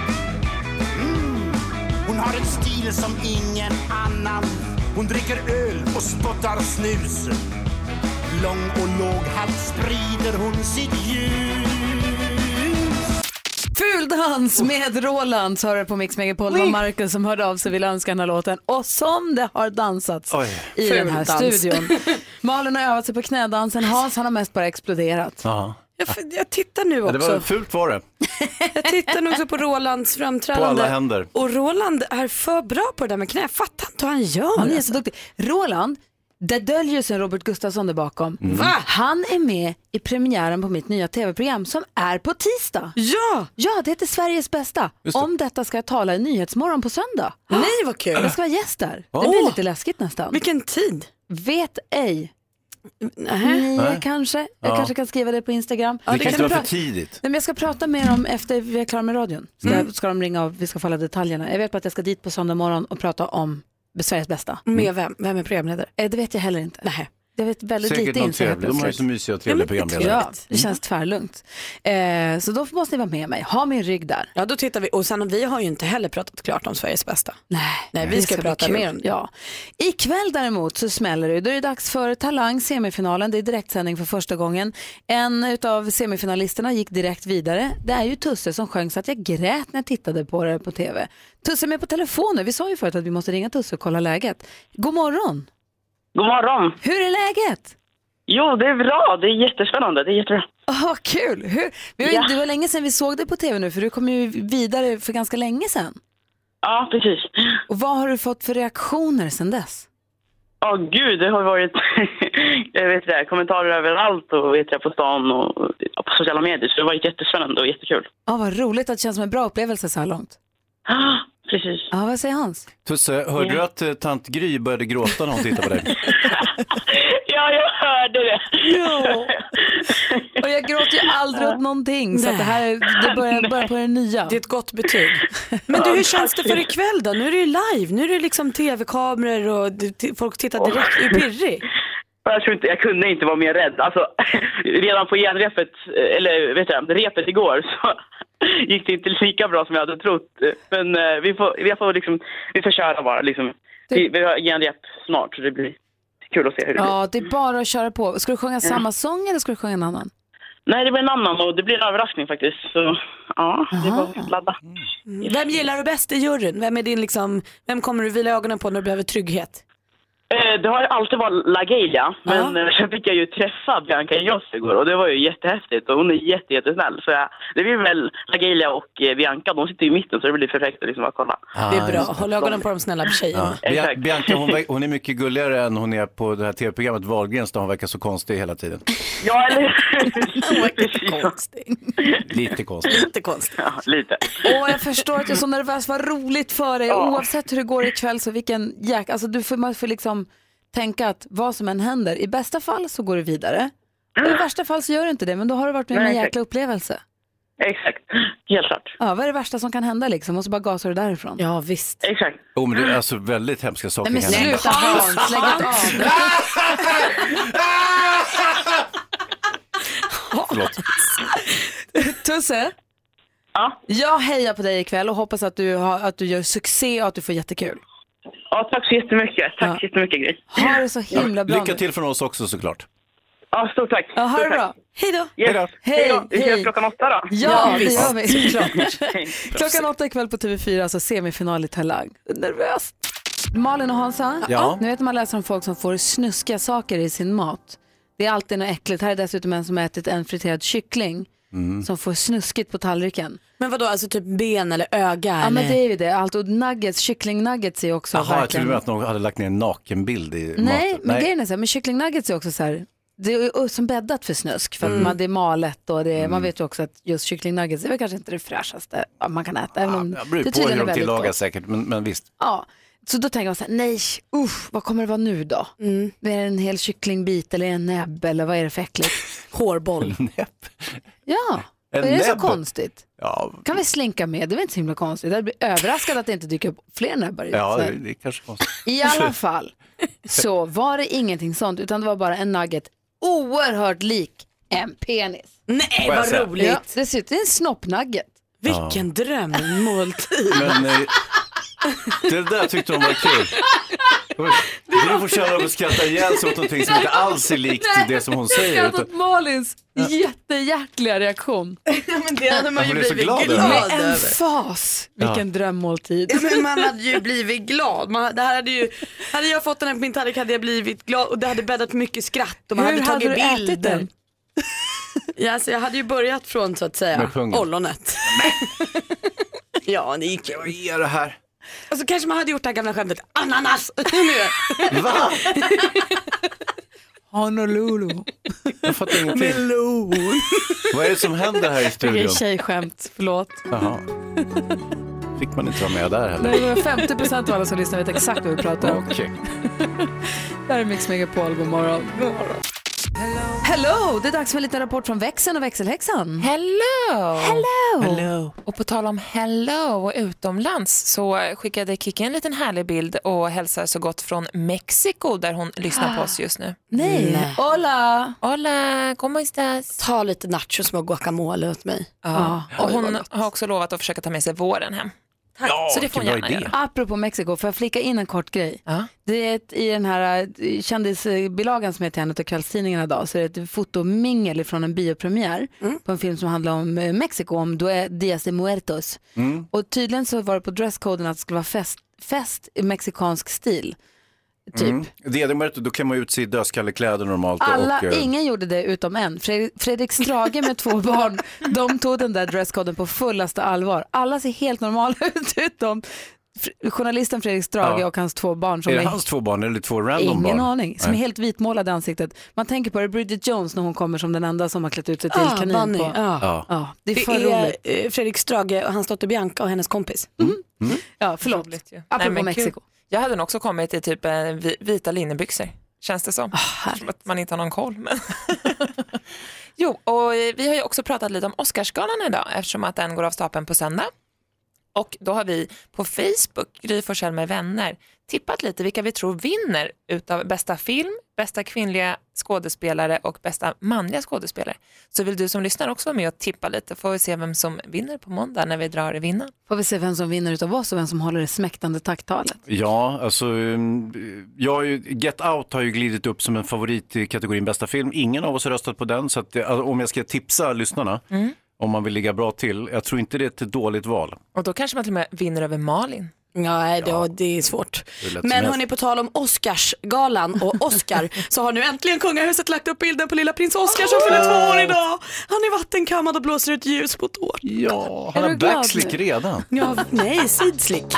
Mm. Hon har en stil som ingen annan. Hon dricker öl och spottar snus. Lång och låg hals sprider hon sitt ljus. Fuldans med Roland så har du på Mix Megapol. Det var Marcus som hörde av sig och ville önska den här låten. Och som det har dansats Oj. i den här Fuldans. studion. Malin har övat sig på knädansen. Hans han har mest bara exploderat. Ja. Jag, jag tittar nu Ja, också. det var fult var det. Jag tittar nu också på Rolands framträdande. På alla händer. Och Roland är för bra på det där med knä. Jag fattar inte vad han gör. Han är alltså. så duktig. Roland, det döljer sig Robert Gustafsson där bakom. Mm. Va? Han är med i premiären på mitt nya tv-program som är på tisdag. Ja! Ja, det heter Sveriges bästa. Just det. Om detta ska jag tala i Nyhetsmorgon på söndag. Nej, vad kul. Jag ska vara gäst där. Åh. Det blir lite läskigt nästan. Vilken tid? Vet ej. Nähä. Nio Nej. kanske. Jag Ja. kanske kan skriva det på Instagram. Det kan Jag inte vara för pra- tidigt. Nej, men jag ska prata med dem efter vi är klara med radion. Ska, Mm. ska de ringa och vi ska få alla detaljerna. Jag vet bara att jag ska dit på söndag morgon och prata om Sveriges bästa. Med vem? Vem är programledare? Eh, Det vet jag heller inte. Nej. Jag vet väldigt Säkert lite något info helt trevligt. De har ju så plötsligt. mysiga och trevliga Ja, men det är programledare. Ja, det känns tvärlugnt. Eh, så då måste ni vara med mig. Ha min rygg där. Ja, då tittar vi. Och sen vi har ju inte heller pratat klart om Sveriges bästa. Nej, Nej, vi det ska bli prata kul. mer om det. Ja. Ikväll däremot så smäller det. Då är det dags för Talang semifinalen. Det är direktsändning för första gången. En av semifinalisterna gick direkt vidare. Det är ju Tusse som sjöng så att jag grät när jag tittade på det på tv. Tusse är med på telefonen. Vi sa ju förut att vi måste ringa Tusse och kolla läget. God morgon. God morgon. Hur är läget? Jo, det är bra. Det är jättespännande. Det är jättebra. Åh, kul. Hur? Vi har, Ja. Det var länge sedan vi såg dig på tv nu, för du kom ju vidare för ganska länge sedan. Ja, precis. Och vad har du fått för reaktioner sedan dess? Åh gud, det har varit jag vet det, kommentarer överallt och vet jag på stan och på sociala medier. Så det har varit jättespännande och jättekul. Ja, vad roligt att det känns som en bra upplevelse så här långt. Ah, precis. Ja, vad säger Hans? Tusse, hörde Ja. du att uh, tant Gry började gråta när hon tittade på dig? Ja, jag hörde det. Ja. Och jag gråter ju aldrig åt någonting, så att det här det börjar, börjar på det nya. Det är ett gott betyg. Men du, hur känns det för ikväll då? Nu är det ju live, nu är det liksom tv-kameror och du, folk tittar direkt. Är du pirrig? Jag, tror inte, jag kunde inte vara mer rädd. Alltså, redan på genrepet, eller vet jag, repet igår så gick det inte lika bra som jag hade trott. Men eh, vi får, vi får liksom, vi får köra bara liksom. Vi, vi har genrep snart så det blir kul att se hur det Ja, det är bara att köra på. Ska du sjunga samma sång eller ska du sjunga en annan? Nej, det blir en annan och det blir en överraskning faktiskt. Så ja, det är bara att ladda. Mm. Vem gillar du bäst i juryn? Vem är din liksom, vem kommer du vila ögonen på när du behöver trygghet? Det har alltid varit LaGaylia, men uh-huh. sen fick jag ju träffa Bianca Ingrosso igår och det var ju jättehäftigt och hon är jätte, jättesnäll. Så jag, det blir väl LaGaylia och Bianca, de sitter i mitten så det blir perfekt att liksom kolla. Ah, det är bra, håll ögonen på de snälla tjejerna. Ja. Bia- Bianca, hon, hon är mycket gulligare än hon är på det här tv-programmet Wahlgrens där hon verkar så konstig hela tiden. Ja, eller lite konstig. Lite konstig. Lite konstig. Ja, lite. Åh, jag förstår att jag är så nervös. Vad roligt för dig. Ja. Oavsett hur det går ikväll så vilken jäk... Alltså du får, man får liksom tänka att vad som än händer, i bästa fall så går du vidare. Och i värsta fall så gör du inte det, men då har du varit med om en jäkla upplevelse. Exakt, helt klart. Ja, vad är det värsta som kan hända liksom? Och så bara gasar du därifrån. Ja, visst. Exakt. Oh, men det är alltså väldigt hemska saker. Nej, men sluta Hans, lägg ett av. Förlåt. Tusse? Ja? Jag hejar på dig ikväll och hoppas att du, har, att du gör succé och att du får jättekul. Ja, tack så jättemycket. Tack ja. så jättemycket, Gry. Ha det så himla bra. Lycka till från oss också såklart. Ja, stort tack. Ja, ha det bra. Hej då. Yes. Hej då. Hej då. Vi ses klockan åtta då. Ja, ja det gör vi. Klart. Klockan åtta ikväll på T V fyra, alltså semifinal i Talang. Nervös. Malin och Hansa, ja. Nu vet man läser om folk som får snuskiga saker i sin mat. Det är alltid något äckligt. Här är dessutom en som ätit en friterad kyckling mm. som får snuskigt på tallriken. Men vadå, alltså typ ben eller öga? Ja, eller? men det är ju det. Allt och nuggets, kycklingnuggets är också Jaha, verkligen... jag trodde att någon hade lagt ner en nakenbild i Nej, maten. men grejen är så här, men kycklingnuggets är också så här, det är som bäddat för snusk för att mm. man, det är malet och det, mm. man vet ju också att just kycklingnuggets är väl kanske inte det fräschaste man kan äta. Även om ja, det beror på hur de tillagar säkert, men, men visst. Ja, så då tänker man så här, nej, usch, vad kommer det vara nu då? Mm. Är det en hel kycklingbit eller en näbb eller vad är det för äckligt? Hårboll. En näbb? Ja, en är det näbb? så konstigt? Ja. Kan vi slinka med, det är inte så himla konstigt. Jag blir överraskad att det inte dyker upp fler näbbar. Ja, det, det är kanske konstigt. I alla fall så var det ingenting sånt utan det var bara en nugget oerhört lik en penis. Nej, vad roligt. Ja, det ser ut, det är en snoppnugget. Vilken ja. drömmåltid. Men eh, det där tyckte de var kul. Du får köra och skratta ihjäl sig åt någonting som inte alls är likt Nej, det som hon säger. Jag skrattat Malins ja. jättehjärtliga reaktion. Men det hade man ju blivit glad, glad med en fas. Vilken ja. drömmåltid. Ja, men man hade ju blivit glad. Man, det här hade, ju, hade jag fått den här på min tallrik hade jag blivit glad. Och det hade bäddat mycket skratt. Och man Hur hade tagit hade du bilder. Ätit den? Ja, alltså jag hade ju börjat från så att säga ollonet. Ja, det gick ju. Vad är det här? Och så kanske man hade gjort det här gamla skämtet ananas. Va? Honolulu. Jag fattar ingenting. Melon. Vad är det som händer här i studion? Det är tjejskämt, förlåt. Jaha. Fick man inte vara med där heller? Nej, femtio procent av alla som lyssnar vet exakt vad vi pratar om. Okej. Det här är Mix Megapol, god morgon. God morgon. Hello, det är dags för en liten rapport från växeln och växelhäxan. Hello! Hello! Hello! Och på tal om hello och utomlands så skickade Kiki en liten härlig bild och hälsar så gott från Mexiko där hon lyssnar på oss just nu. Nej, mm. hola! Hola, ¿cómo estás? Ta lite nachos med guacamole åt mig. Ja, och hon har också lovat att försöka ta med sig våren hem. Ja, så det får hon gärna göra. Apropå Mexiko, får jag flika in en kort grej? Ja. Det är ett, i den här kändisbilagan som är till en av kvällstidningarna idag, så är det ett fotomingel från en biopremiär mm. på en film som handlar om Mexiko, om Días de Muertos. Mm. Och tydligen så var det på dresscoden att det skulle vara fest, fest i mexikansk stil. Typ. Mm. Det är det märkt, då kan man utse dödskallekläder normalt. Alla, och, uh... ingen gjorde det utom en. Fredrik, Fredrik Strage med två barn, de tog den där dresskoden på fullaste allvar. Alla ser helt normala ut utom journalisten Fredrik Strage Ja. och hans två barn. Som är det är hans två barn eller två random ingen barn? aning, som Nej. är helt vitmålade i ansiktet. Man tänker på det, Bridget Jones när hon kommer som den enda som har klätt ut sig till Ah, kanin Bunny, på. ja. Ja. Ja, det är Det för är roligt. eh, Fredrik Strage och hans dotter Bianca och hennes kompis. Mm. Ja, förlåt. Roligt ju. Apropå Nej, men Mexiko. kul. Jag hade nog också kommit i typ eh, vi- vita linnebyxor. Känns det som. Ah, som att man inte har någon koll. Men jo, och eh, vi har ju också pratat lite om Oscarsgalan idag eftersom att den går av stapeln på söndag. Och då har vi på Facebook, Gry Forssell med vänner, tippat lite vilka vi tror vinner utav bästa film, bästa kvinnliga skådespelare och bästa manliga skådespelare. Så vill du som lyssnar också vara med och tippa lite, får vi se vem som vinner på måndag när vi drar i vinnaren. Får vi se vem som vinner utav oss och vem som håller det smäktande tacktalet. Ja, alltså um, jag har ju, Get Out har ju glidit upp som en favorit i kategorin bästa film. Ingen av oss har röstat på den, så att, alltså, om jag ska tipsa lyssnarna Mm. om man vill ligga bra till, jag tror inte det är ett dåligt val. Och då kanske man till och med vinner över Malin. Nej, ja. det är svårt. Det är lätt som Men helst. hörni, på tal om Oscarsgalan och Oscar så har nu äntligen kungahuset lagt upp bilden på lilla prins Oscar som fyller två år idag. Han är vattenkammad och blåser ut ljus på tårt. Ja, han Är har du glad backslick nu? redan. Ja, nej, sidslick.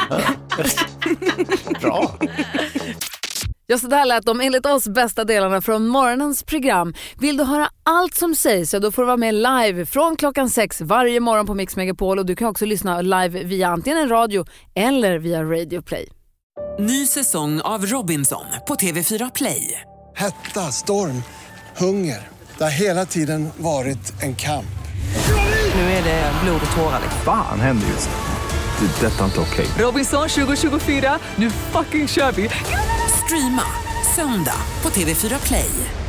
Bra. Ja, så där lät de enligt oss bästa delarna från morgonens program. Vill du höra allt som sägs så då får du vara med live från klockan sex varje morgon på Mix Megapol. Och du kan också lyssna live via antingen en radio eller via Radio Play. Ny säsong av Robinson på T V fyra Play. Hetta, storm, hunger. Det har hela tiden varit en kamp. Nu är det blod och tårar. Fan händer just det. Det är detta inte okej. Robinson tjugo tjugofyra, nu fucking kör vi! Streama söndag på T V fyra Play.